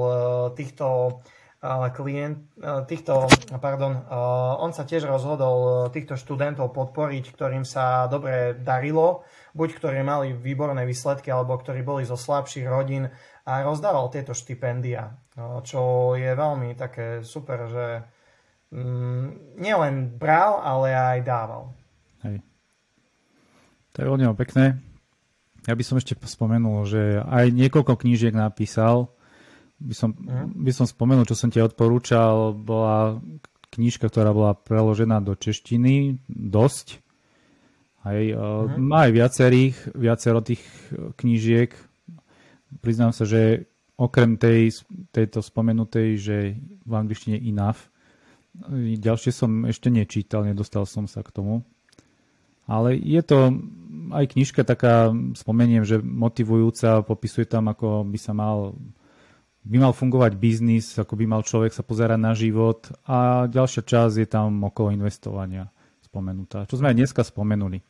B: on sa tiež rozhodol týchto študentov podporiť, ktorým sa dobre darilo, buď ktorí mali výborné výsledky, alebo ktorí boli zo slabších rodín, a rozdával tieto štipendia, čo je veľmi také super, že nielen bral, ale aj dával.
A: Hej. To je od neho pekné. Ja by som ešte spomenul, že aj niekoľko knížiek napísal. By som spomenul, čo som ti odporúčal, bola knižka, ktorá bola preložená do češtiny, dosť. Má aj viacero tých knížiek. Priznám sa, že okrem tejto spomenutej, že v angličtine Enough, ďalšie som ešte nečítal, nedostal som sa k tomu. Ale je to aj knižka taká, spomeniem, že motivujúca, popisuje tam, ako by mal fungovať biznis, ako by mal človek sa pozerať na život, a ďalšia časť je tam okolo investovania spomenutá, čo sme aj dneska spomenuli.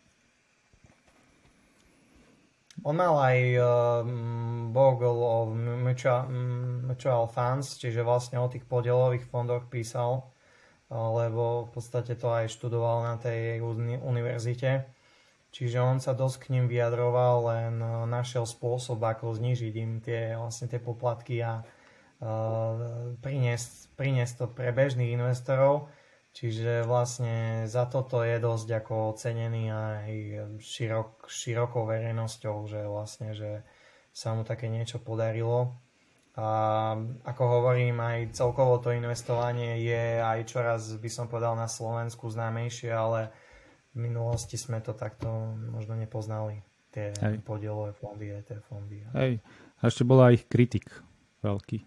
B: On mal aj Bogle of Mutual Funds, čiže vlastne o tých podielových fondoch písal, lebo v podstate to aj študoval na tej univerzite. Čiže on sa dosť k ním vyjadroval, len našiel spôsob, ako znížiť im tie poplatky a priniesť to pre bežných investorov. Čiže vlastne za toto je dosť ako ocenený aj širokou verejnosťou, že vlastne, že sa mu také niečo podarilo. A ako hovorím, aj celkovo to investovanie je aj čoraz, by som povedal, na Slovensku známejšie, ale v minulosti sme to takto možno nepoznali, tie podielové fondy, ETF fondy.
A: Hej, a ešte bola ich kritik veľký.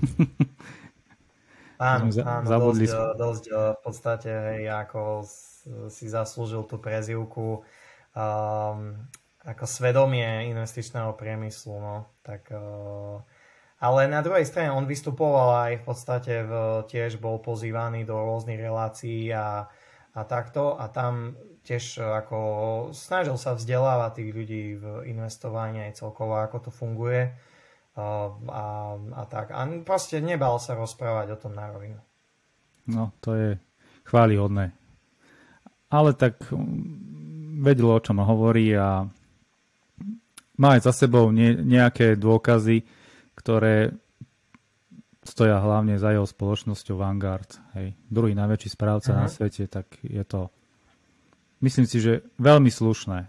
B: Áno, dosť v podstate, ako si zaslúžil tú prezývku ako svedomie investičného priemyslu, no, tak... Ale na druhej strane on vystupoval aj v podstate, tiež bol pozývaný do rôznych relácií a takto, a tam tiež ako snažil sa vzdelávať tých ľudí v investovaní aj celkovo, ako to funguje a tak. A proste nebal sa rozprávať o tom na rovinu.
A: No, to je chválihodné. Ale tak vedel, o čom hovorí, a má aj za sebou nejaké dôkazy, ktoré stoja hlavne za jeho spoločnosťou Vanguard. Hej. Druhý najväčší správca na svete, tak je to, myslím si, že veľmi slušné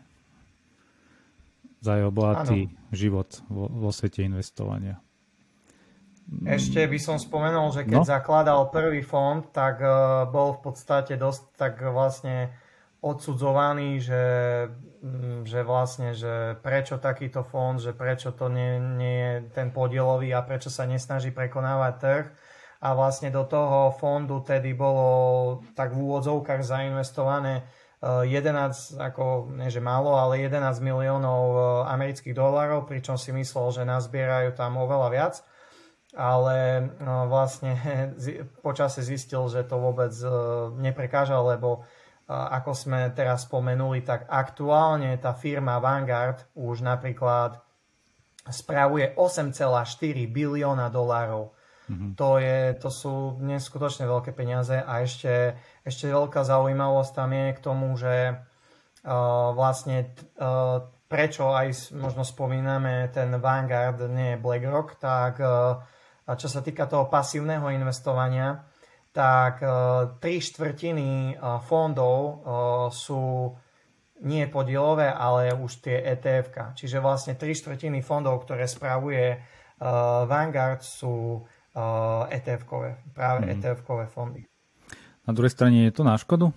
A: za jeho bohatý život vo svete investovania.
B: Ešte by som spomenul, že keď zakladal prvý fond, tak bol v podstate dosť tak vlastne odsudzovaný, že vlastne, že prečo takýto fond, že prečo to nie je ten podielový a prečo sa nesnaží prekonávať trh. A vlastne do toho fondu tedy bolo tak v úvodzovkách zainvestované 11, ako nie že málo, ale 11 miliónov amerických dolárov, pričom si myslel, že nazbierajú tam oveľa viac. Ale vlastne počasie zistil, že to vôbec neprekáža, lebo ako sme teraz spomenuli, tak aktuálne tá firma Vanguard už napríklad spravuje 8,4 bilióna dolárov. To sú neskutočne veľké peniaze a ešte veľká zaujímavosť tam je k tomu, že vlastne prečo aj možno spomíname ten Vanguard, nie BlackRock, tak čo sa týka toho pasívneho investovania, tak 3/4 fondov sú nie podielové, ale už tie ETF-ka. Čiže vlastne 3/4 fondov, ktoré spravuje Vanguard, sú ETF-kové, práve ETF-kové fondy.
A: Na druhej strane je to na škodu?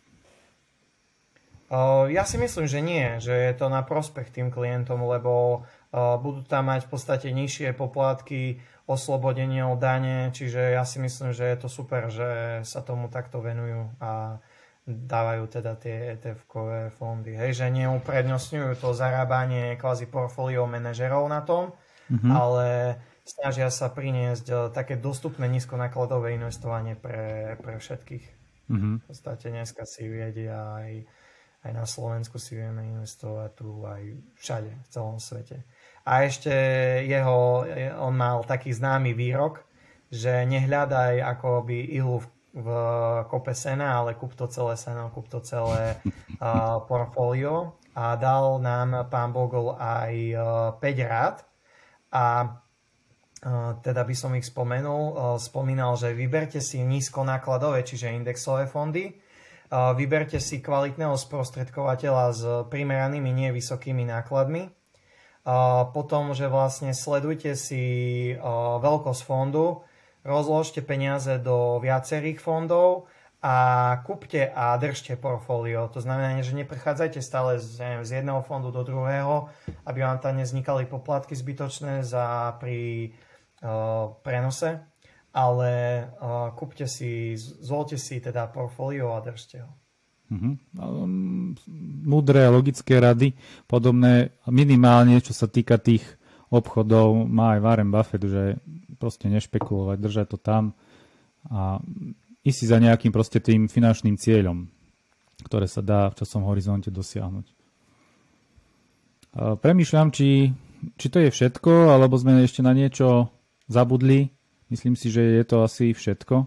B: Ja si myslím, že nie, že je to na prospech tým klientom, lebo budú tam mať v podstate nižšie poplatky, oslobodenie od dane, čiže ja si myslím, že je to super, že sa tomu takto venujú a dávajú teda tie ETF-kové fondy. Hej, že neuprednostňujú to zarábanie kvázi portfólio manažerov na tom, ale snažia sa priniesť také dostupné nízkonákladové investovanie pre všetkých. V podstate dneska si vedia aj na Slovensku si vieme investovať tu aj všade, v celom svete. A ešte on mal taký známy výrok, že nehľadaj akoby ihlu v kope sena, ale kúp to celé seno, kúp to celé portfólio. A dal nám pán Bogle aj 5 rád a teda by som ich spomenul. Spomínal, že vyberte si nízkonákladové, čiže indexové fondy. Vyberte si kvalitného sprostredkovateľa s primeranými nevysokými nákladmi. Potom, že vlastne sledujte si veľkosť fondu, rozložte peniaze do viacerých fondov a kúpte a držte portfólio. To znamená, že neprechádzajte stále z jedného fondu do druhého, aby vám tam nevznikali poplatky zbytočné pri prenose, ale kúpte si, zvolte si teda portfólio a držte ho.
A: Múdre a logické rady, podobné minimálne, čo sa týka tých obchodov, má aj Warren Buffett, že proste nešpekulovať, držať to tam a ísť si za nejakým proste tým finančným cieľom, ktoré sa dá v časom horizonte dosiahnuť. Premýšľam, či to je všetko, alebo sme ešte na niečo zabudli. Myslím si, že je to asi všetko.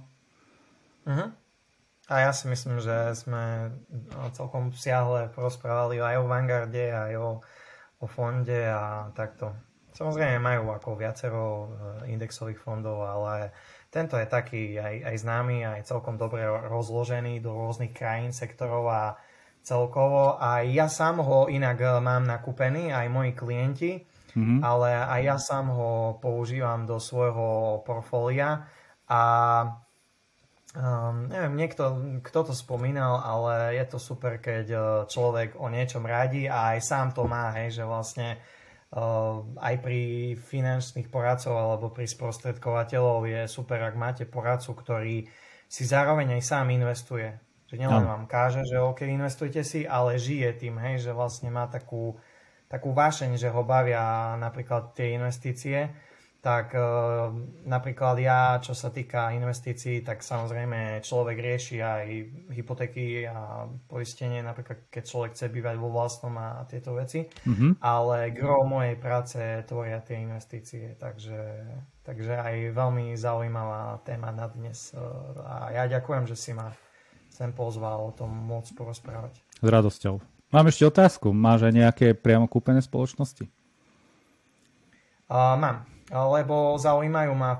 B: A ja si myslím, že sme celkom siahle porozprávali aj o Vanguarde, aj o fonde a takto. Samozrejme majú ako viacero indexových fondov, ale tento je taký aj známy, aj celkom dobre rozložený do rôznych krajín, sektorov a celkovo. A ja sám ho inak mám nakúpený, aj moji klienti, ale aj ja sám ho používam do svojho portfólia a neviem, kto to spomínal, ale je to super, keď človek o niečom radí a aj sám to má, hej, že vlastne aj pri finančných poradcov alebo pri sprostredkovateľov je super, ak máte poradcu, ktorý si zároveň aj sám investuje. Že nielen vám káže, že OK, investujte si, ale žije tým, hej, že vlastne má takú vášeň, že ho bavia napríklad tie investície. Tak napríklad ja, čo sa týka investícií, tak samozrejme človek rieši aj hypotéky a poistenie, napríklad keď človek chce bývať vo vlastnom a tieto veci, ale gro mojej práce tvoria tie investície, takže aj veľmi zaujímavá téma na dnes a ja ďakujem, že si ma sem pozval o tom môcť porozprávať.
A: S radosťou. Mám ešte otázku, máš aj nejaké priamo kúpené spoločnosti?
B: Mám. Lebo zaujímajú ma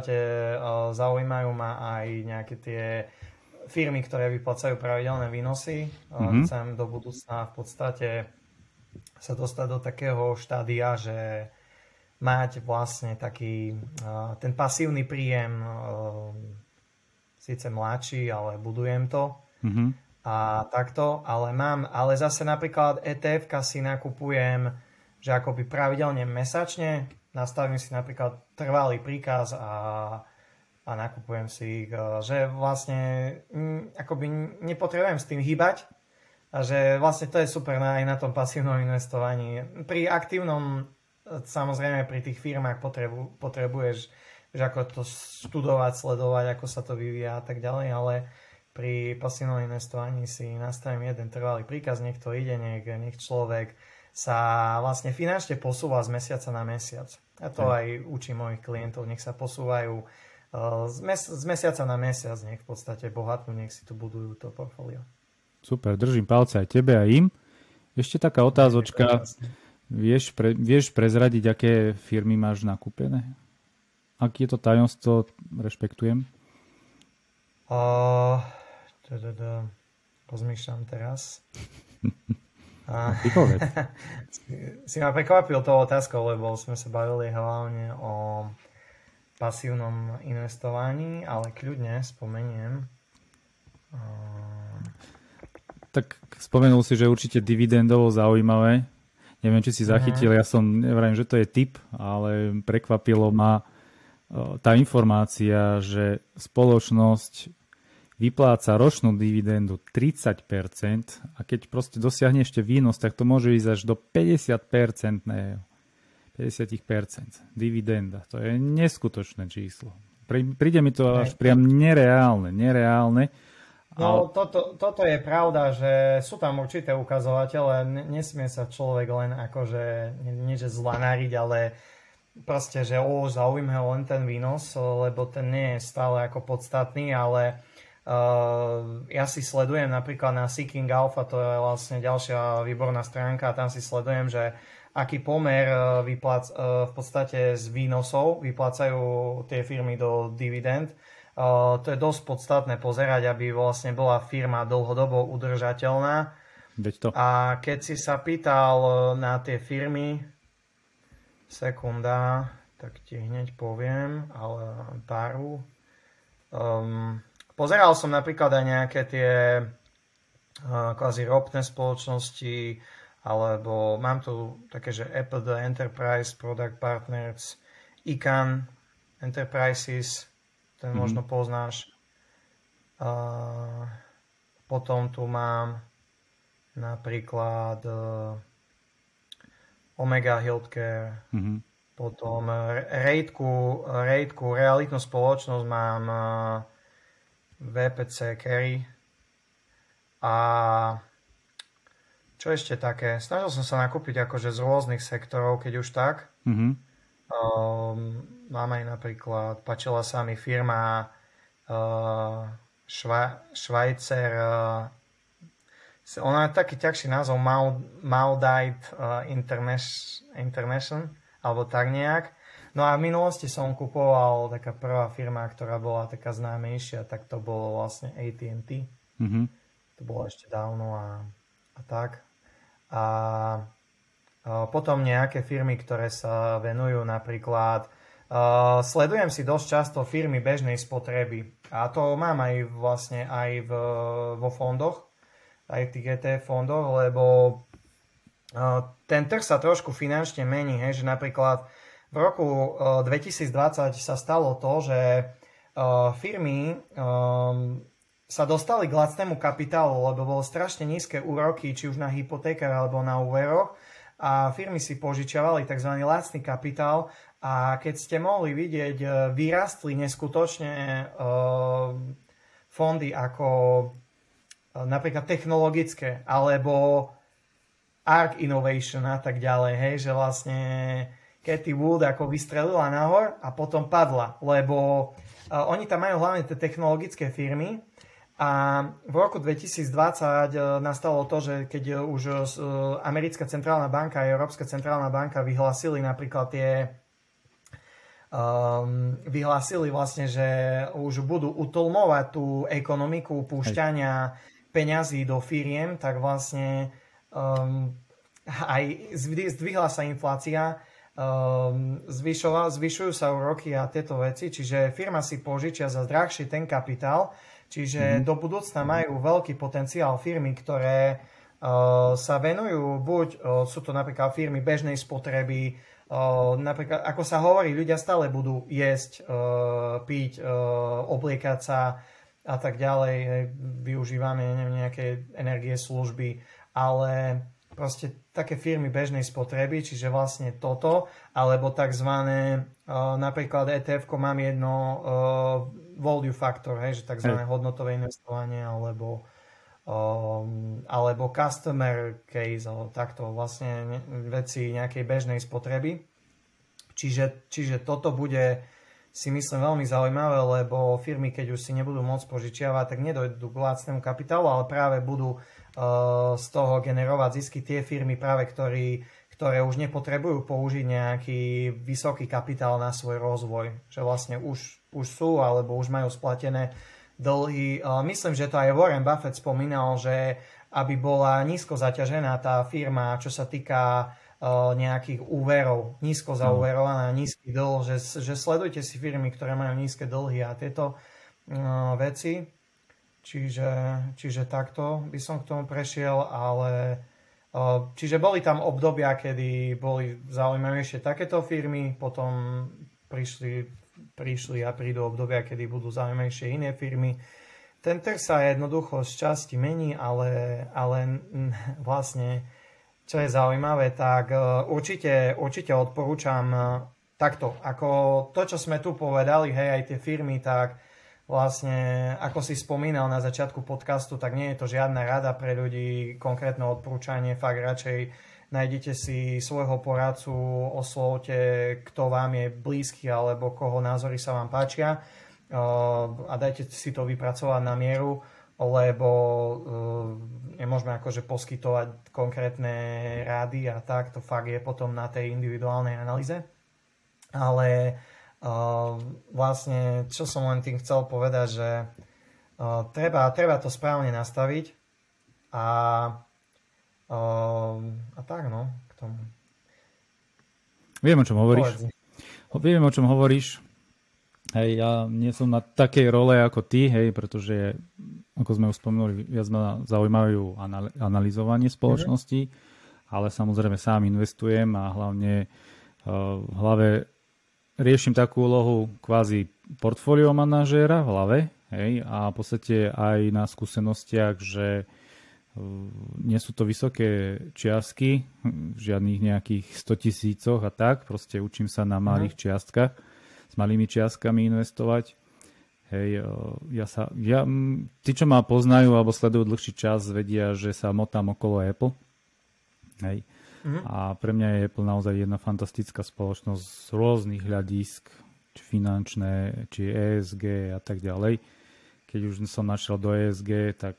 B: aj nejaké tie firmy, ktoré vyplácajú pravidelné výnosy. Chcem do budúcna v podstate sa dostať do takého štádia, že mať vlastne taký ten pasívny príjem, síce mladší, ale budujem to a takto, ale zase napríklad ETF-ka si nakupujem, že akoby pravidelne mesačne, nastavím si napríklad trvalý príkaz a nakupujem si ich, že vlastne akoby nepotrebujem s tým hýbať a že vlastne to je super aj na tom pasívnom investovaní. Pri aktívnom, samozrejme pri tých firmách potrebuješ, že ako to študovať, sledovať, ako sa to vyvíja a tak ďalej, ale pri pasívnom investovaní si nastavím jeden trvalý príkaz, nech to ide, nech človek sa vlastne finančne posúva z mesiaca na mesiac. Ja to aj učím mojich klientov, nech sa posúvajú z mesiaca na mesiac, nech v podstate bohatnú, nech si tu budujú to portfólio.
A: Super, držím palce aj tebe a im. Ešte taká otázočka, vieš prezradiť, aké firmy máš nakúpené? Ak je to tajomstvo, rešpektujem.
B: Rozmýšľam teraz. Si ma prekvapil tou otázkou, lebo sme sa bavili hlavne o pasívnom investovaní, ale kľudne spomeniem.
A: Tak spomenul si, že určite dividendovo zaujímavé. Neviem, či si zachytil, ja neviem, že to je tip, ale prekvapilo ma tá informácia, že spoločnosť vypláca ročnú dividendu 30% a keď proste dosiahne ešte výnos, tak to môže ísť až do 50% dividenda. To je neskutočné číslo. Príde mi to až priam nereálne.
B: No toto je pravda, že sú tam určité ukazovatele, nesmie sa človek len akože nie že zlanáriť, ale proste, že zaujíma ho len ten výnos, lebo ten nie je stále ako podstatný, ale ja si sledujem napríklad na Seeking Alpha, to je vlastne ďalšia výborná stránka a tam si sledujem, že aký pomer v podstate z výnosov vyplácajú tie firmy do dividend. To je dosť podstatné pozerať, aby vlastne bola firma dlhodobo udržateľná. A keď si sa pýtal na tie firmy, sekunda, tak ti hneď poviem, ale páru. Pozeral som napríklad aj nejaké tie kvázi ropné spoločnosti, alebo mám tu také, že Apple the Enterprise Product Partners, Icahn Enterprises, ten možno poznáš. Potom tu mám napríklad Omega Healthcare, potom Rateku, realitnú spoločnosť mám VPC Carry a čo ešte také? Snažil som sa nakúpiť akože z rôznych sektorov, keď už tak. Mám aj napríklad, páčila sa mi firma Schweizer, ona je taký ťažší názov, Maudite International, alebo tak nejak. No a v minulosti som kupoval taká prvá firma, ktorá bola taká známejšia, tak to bolo vlastne AT&T. To bolo ešte dávno a tak. A potom nejaké firmy, ktoré sa venujú napríklad, sledujem si dosť často firmy bežnej spotreby a to mám aj vlastne aj vo fondoch, aj v tých ETF fondoch, lebo ten trh sa trošku finančne mení, hej, že napríklad v roku 2020 sa stalo to, že firmy sa dostali k lacnému kapitálu, lebo bolo strašne nízke úroky, či už na hypotékach alebo na úveroch a firmy si požičiavali tzv. Lacný kapitál a keď ste mohli vidieť, vyrastli neskutočne fondy ako napríklad technologické alebo ARK Innovation a tak ďalej, hej, že vlastne Cathy Wood ako vystrelila nahor a potom padla, lebo oni tam majú hlavne tie technologické firmy a v roku 2020 nastalo to, že keď už americká centrálna banka a Európska centrálna banka vyhlásili napríklad vyhlásili vlastne, že už budú utlmovať tú ekonomiku púšťania peňazí do firiem, tak vlastne aj zdvihla sa inflácia zvyšujú sa úroky a tieto veci, čiže firma si požičia za drahší ten kapitál, čiže do budúcna majú veľký potenciál firmy, ktoré sa venujú, buď sú to napríklad firmy bežnej spotreby, napríklad, ako sa hovorí, ľudia stále budú jesť, piť, obliekať sa a tak ďalej, využívame nejaké energie, služby, ale proste také firmy bežnej spotreby, čiže vlastne toto, alebo takzvané, napríklad ETF-ko mám jedno value factor, že takzvané hodnotové investovanie, alebo customer case, alebo takto vlastne veci nejakej bežnej spotreby. Čiže toto bude, si myslím, veľmi zaujímavé, lebo firmy, keď už si nebudú môcť požičiavať, tak nedojdu k lacnému kapitálu, ale práve budú z toho generovať zisky tie firmy, práve ktoré už nepotrebujú použiť nejaký vysoký kapitál na svoj rozvoj. Že vlastne už sú, alebo už majú splatené dlhy. Myslím, že to aj Warren Buffett spomínal, že aby bola nízko zaťažená tá firma, čo sa týka nejakých úverov, nízko zauverovaná, nízky dlh, že sledujte si firmy, ktoré majú nízke dlhy a tieto veci. Čiže takto by som k tomu prešiel, ale čiže boli tam obdobia, kedy boli zaujímavejšie takéto firmy, potom prišli a prídu obdobia, kedy budú zaujímavejšie iné firmy. Ten trh sa jednoducho z časti mení, ale vlastne, čo je zaujímavé, tak určite odporúčam takto. Ako to, čo sme tu povedali, hej, aj tie firmy, tak vlastne, ako si spomínal na začiatku podcastu, tak nie je to žiadna rada pre ľudí, konkrétne odporúčanie, fakt radšej nájdete si svojho poradcu, oslovte, kto vám je blízky alebo koho názory sa vám páčia a dajte si to vypracovať na mieru, lebo nemôžeme akože poskytovať konkrétne rady a tak, to fakt je potom na tej individuálnej analýze. Ale vlastne, čo som len tým chcel povedať, že treba to správne nastaviť a tak, no, k tomu.
A: Viem, o čom hovoríš. Hej, ja nie som na takej role ako ty, hej, pretože, ako sme už spomenuli, viac ma zaujímajú analyzovanie spoločnosti, ale samozrejme sám investujem a hlavne v hlave riešim takú úlohu kvázi portfólio manažéra v hlave, hej, a v podstate aj na skúsenostiach, že nie sú to vysoké čiastky, žiadnych nejakých 100 000 a tak, proste učím sa na malých čiastkach, s malými čiastkami investovať. Hej, tí, čo ma poznajú alebo sledujú dlhší čas, vedia, že sa motám okolo Apple. Hej. A pre mňa je Apple naozaj jedna fantastická spoločnosť z rôznych hľadisk, či finančné, či ESG a tak ďalej. Keď už som našiel do ESG, tak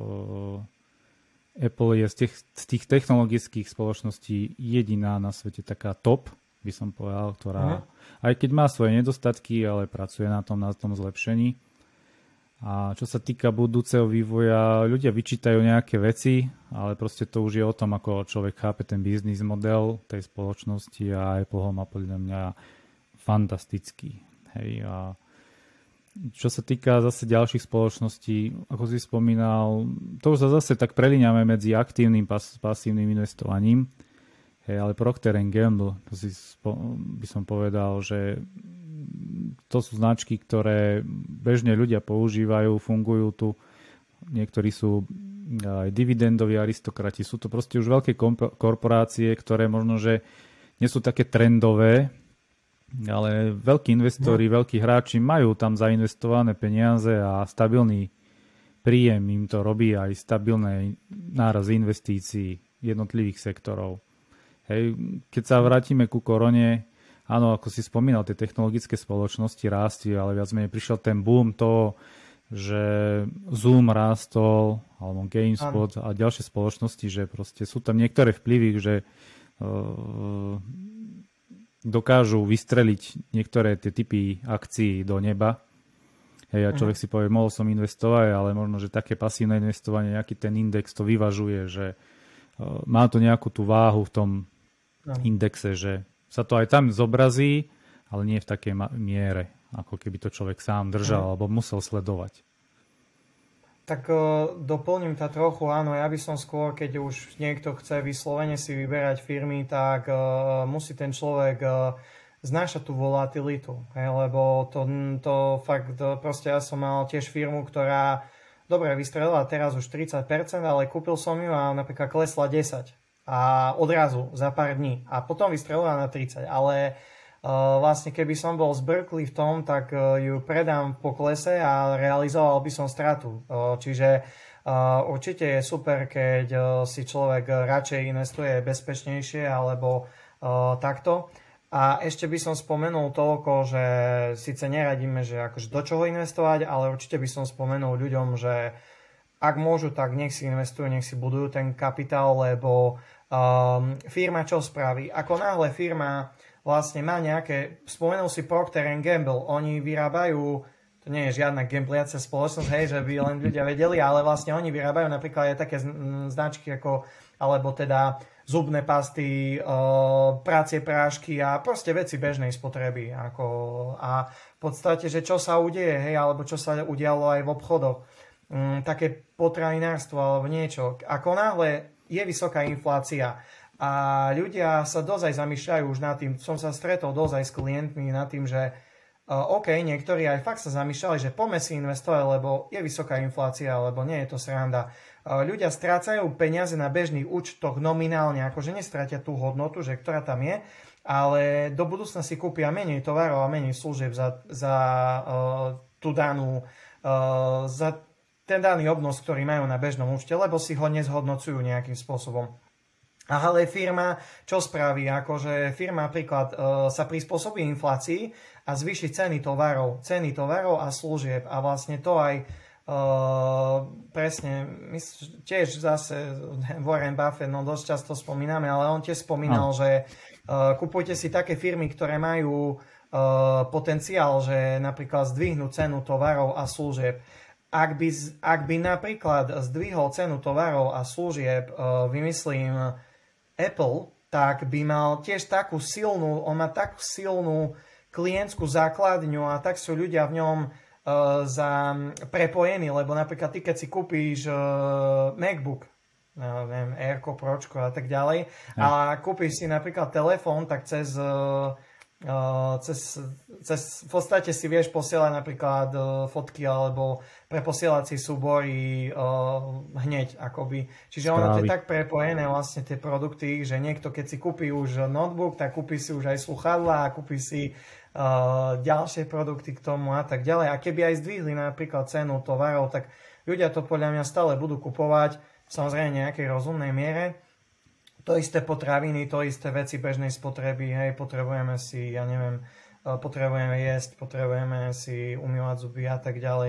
A: Apple je z tých technologických spoločností jediná na svete taká top, by som povedal, ktorá aj keď má svoje nedostatky, ale pracuje na tom zlepšení. A čo sa týka budúceho vývoja, ľudia vyčítajú nejaké veci, ale proste to už je o tom, ako človek chápe ten biznis model tej spoločnosti a Apple ho má podľa mňa fantastický. Hej, a čo sa týka zase ďalších spoločností, ako si spomínal, to už sa zase tak prelíňame medzi aktívnym pasívnym investovaním. Hej, ale Procter & Gamble, to by som povedal, že to sú značky, ktoré bežne ľudia používajú, fungujú tu. Niektorí sú aj dividendoví aristokrati. Sú to proste už veľké korporácie, ktoré možno, že nie sú také trendové, ale veľkí investori, veľkí hráči majú tam zainvestované peniaze a stabilný príjem im to robí aj stabilné náraz investícií jednotlivých sektorov. Hej, keď sa vrátime ku korone, áno, ako si spomínal, tie technologické spoločnosti rástli, ale viac menej prišiel ten boom toho, že Zoom rástol, alebo GameSpot a ďalšie spoločnosti, že proste sú tam niektoré vplyvy, že dokážu vystreliť niektoré tie typy akcií do neba. Hej, a človek si povie, mohol som investovať, ale možno, že také pasívne investovanie, nejaký ten index to vyvažuje, že má to nejakú tú váhu v tom indexe, že sa to aj tam zobrazí, ale nie v takej miere, ako keby to človek sám držal alebo musel sledovať.
B: Tak doplním to trochu, áno, ja by som skôr, keď už niekto chce vyslovene si vyberať firmy, tak musí ten človek znášať tú volatilitu, lebo to fakt, proste ja som mal tiež firmu, ktorá dobre vystrelila teraz už 30%, ale kúpil som ju a napríklad klesla 10% a odrazu za pár dní a potom vystrelila na 30%, ale vlastne keby som bol zbrklý v tom, tak ju predám po klese a realizoval by som stratu. Čiže určite je super, keď si človek radšej investuje bezpečnejšie alebo takto. A ešte by som spomenul toľko, že síce neradíme, že akože do čoho investovať, ale určite by som spomenul ľuďom, že ak môžu, tak nech si investujú, nech si budujú ten kapitál, lebo firma čo spraví? Ako náhle firma vlastne má nejaké, spomenul si Procter & Gamble, oni vyrábajú, to nie je žiadna gambliacia spoločnosť, hej, že by len ľudia vedeli, ale vlastne oni vyrábajú napríklad aj také značky ako, alebo teda zubné pasty, pracie prášky a proste veci bežnej spotreby. A v podstate, že čo sa udeje, hej, alebo čo sa udialo aj v obchodoch, také potravinárstvo alebo niečo. Ako náhle je vysoká inflácia, a ľudia sa dosť zamýšľajú už nad tým, som sa stretol dosť s klientmi nad tým, že OK, niektorí aj fakt sa zamýšľali, že poďme si investovať, lebo je vysoká inflácia, alebo nie je to sranda. Ľudia strácajú peniaze na bežných účtoch nominálne, akože nestratia tú hodnotu, že ktorá tam je, ale do budúcna si kúpia menej tovarov a menej služieb za tú danú, za ten daný obnos, ktorý majú na bežnom účte, lebo si ho nezhodnocujú nejakým spôsobom. Ale firma čo spraví? Akože firma napríklad sa prispôsobí inflácii a zvýši ceny tovarov a služieb. A vlastne to aj presne, tiež zase Warren Buffett, no dosť často spomíname, ale on tiež spomínal, že kupujte si také firmy, ktoré majú potenciál, že napríklad zdvihnú cenu tovarov a služieb. Ak by napríklad zdvihol cenu tovarov a služieb, vymyslím Apple, tak by mal tiež takú silnú, on má takú silnú klientskú základňu a tak sú ľudia v ňom prepojení, lebo napríklad ty, keď si kúpíš MacBook, neviem, Airko, Pročko a tak ďalej, a kúpíš si napríklad telefón, tak cez v podstate si vieš posielať napríklad fotky alebo preposielací súbory hneď akoby. Čiže ono to je tak prepojené vlastne tie produkty, že niekto keď si kúpi už notebook, tak kúpi si už aj sluchadlá a kúpi si ďalšie produkty k tomu a tak ďalej. A keby aj zdvihli napríklad cenu tovarov, tak ľudia to podľa mňa stále budú kupovať samozrejme v nejakej rozumnej miere. To isté potraviny, to isté veci bežnej spotreby, hej, potrebujeme si, ja neviem, potrebujeme jesť, potrebujeme si umývať zuby a tak ďalej,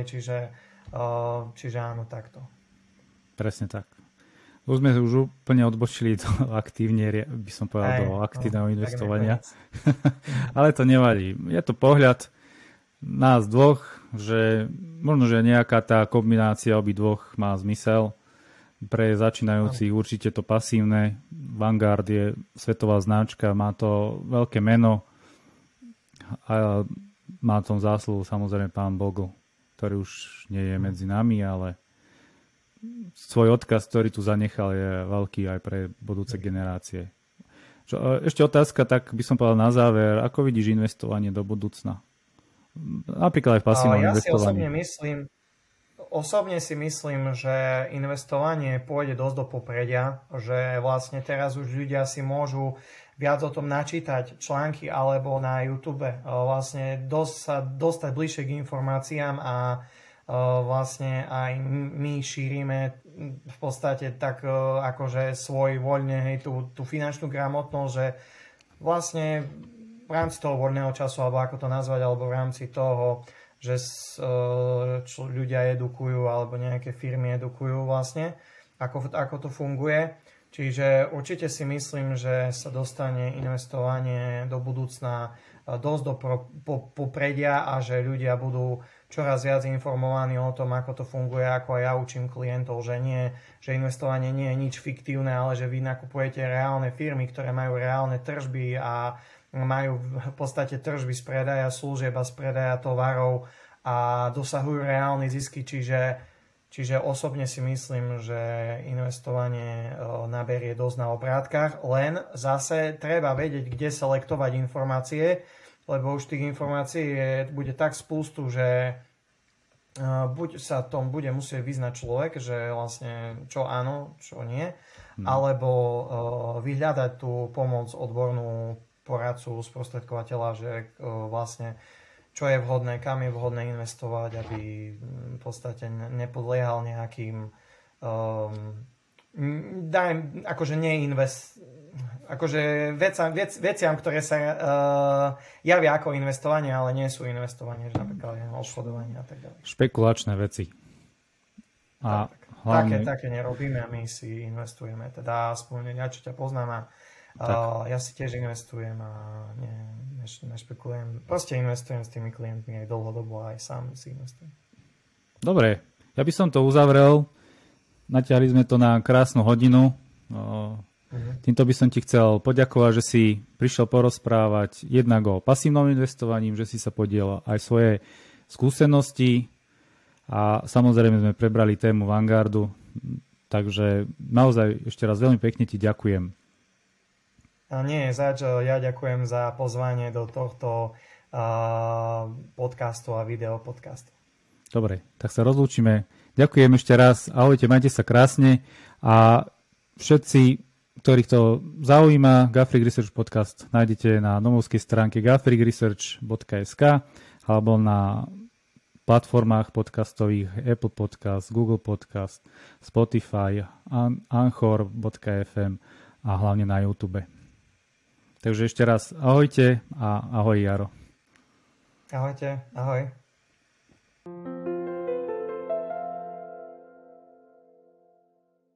B: čiže áno, takto.
A: Presne tak. Už sme už úplne odbočili do aktívne, by som povedal, do aktívneho investovania. Ale to nevadí. Je to pohľad nás dvoch, že možno, že nejaká tá kombinácia obidvoch má zmysel. Pre začínajúcich určite to pasívne. Vanguard je svetová značka, má to veľké meno a má tom zásluhu samozrejme pán Bogle, ktorý už nie je medzi nami, ale svoj odkaz, ktorý tu zanechal, je veľký aj pre budúce generácie. Ešte otázka, tak by som povedal na záver, ako vidíš investovanie do budúcna? Napríklad aj v pasívnom investovaní.
B: Osobne si myslím, že investovanie pôjde dosť do popredia, že vlastne teraz už ľudia si môžu viac o tom načítať články alebo na YouTube. Vlastne sa dostať bližšie k informáciám a vlastne aj my šírime v podstate tak akože svoj voľne, hej, tú finančnú gramotnosť, že vlastne v rámci toho voľného času, alebo ako to nazvať, alebo v rámci toho, že ľudia edukujú alebo nejaké firmy edukujú vlastne, ako to funguje. Čiže určite si myslím, že sa dostane investovanie do budúcna dosť do popredia a že ľudia budú čoraz viac informovaní o tom, ako to funguje, ako aj ja učím klientov, že investovanie nie je nič fiktívne, ale že vy nakupujete reálne firmy, ktoré majú reálne tržby a majú v podstate tržby z predaja služieb a z predaja tovarov a dosahujú reálne zisky, čiže osobne si myslím, že investovanie naberie dosť na obrátkach, len zase treba vedieť, kde selektovať informácie, lebo už tých informácií bude tak spustu, že buď sa tom bude musieť vyznať človek, že vlastne čo áno, čo nie, alebo vyhľadať tú pomoc odbornú poradcu, sprostredkovateľa, že vlastne čo je vhodné, kam je vhodné investovať, aby v podstate nepodliehal nejakým veciam, ktoré sa javia ako investovanie, ale nie sú investovanie, že napríklad obchodovanie a tak ďalej.
A: Špekulačné veci. A
B: tak,
A: hlavne...
B: také nerobíme, my si investujeme. Teda aspoň ja, čo ťa poznám, ja si tiež investujem a nešpekulujem. Proste investujem s tými klientmi aj dlhodobo, aj sám si investujem.
A: Dobre, ja by som to uzavrel. Natiahli sme to na krásnu hodinu. Týmto by som ti chcel poďakovať, že si prišiel porozprávať jednak o pasívnom investovaní, že si sa podielal aj svoje skúsenosti a samozrejme sme prebrali tému Vanguardu. Takže naozaj ešte raz veľmi pekne ti ďakujem.
B: Nie, ja ďakujem za pozvanie do tohto podcastu a videopodcastu.
A: Dobre, tak sa rozlúčime. Ďakujem ešte raz. Ahojte, majte sa krásne a všetci, ktorých to zaujíma, Gafrig Research Podcast nájdete na domovskej stránke gafrigresearch.sk alebo na platformách podcastových Apple Podcast, Google Podcast, Spotify, Anchor.fm a hlavne na YouTube. Takže ešte raz ahojte a ahoj Jaro.
B: Ahojte, ahoj.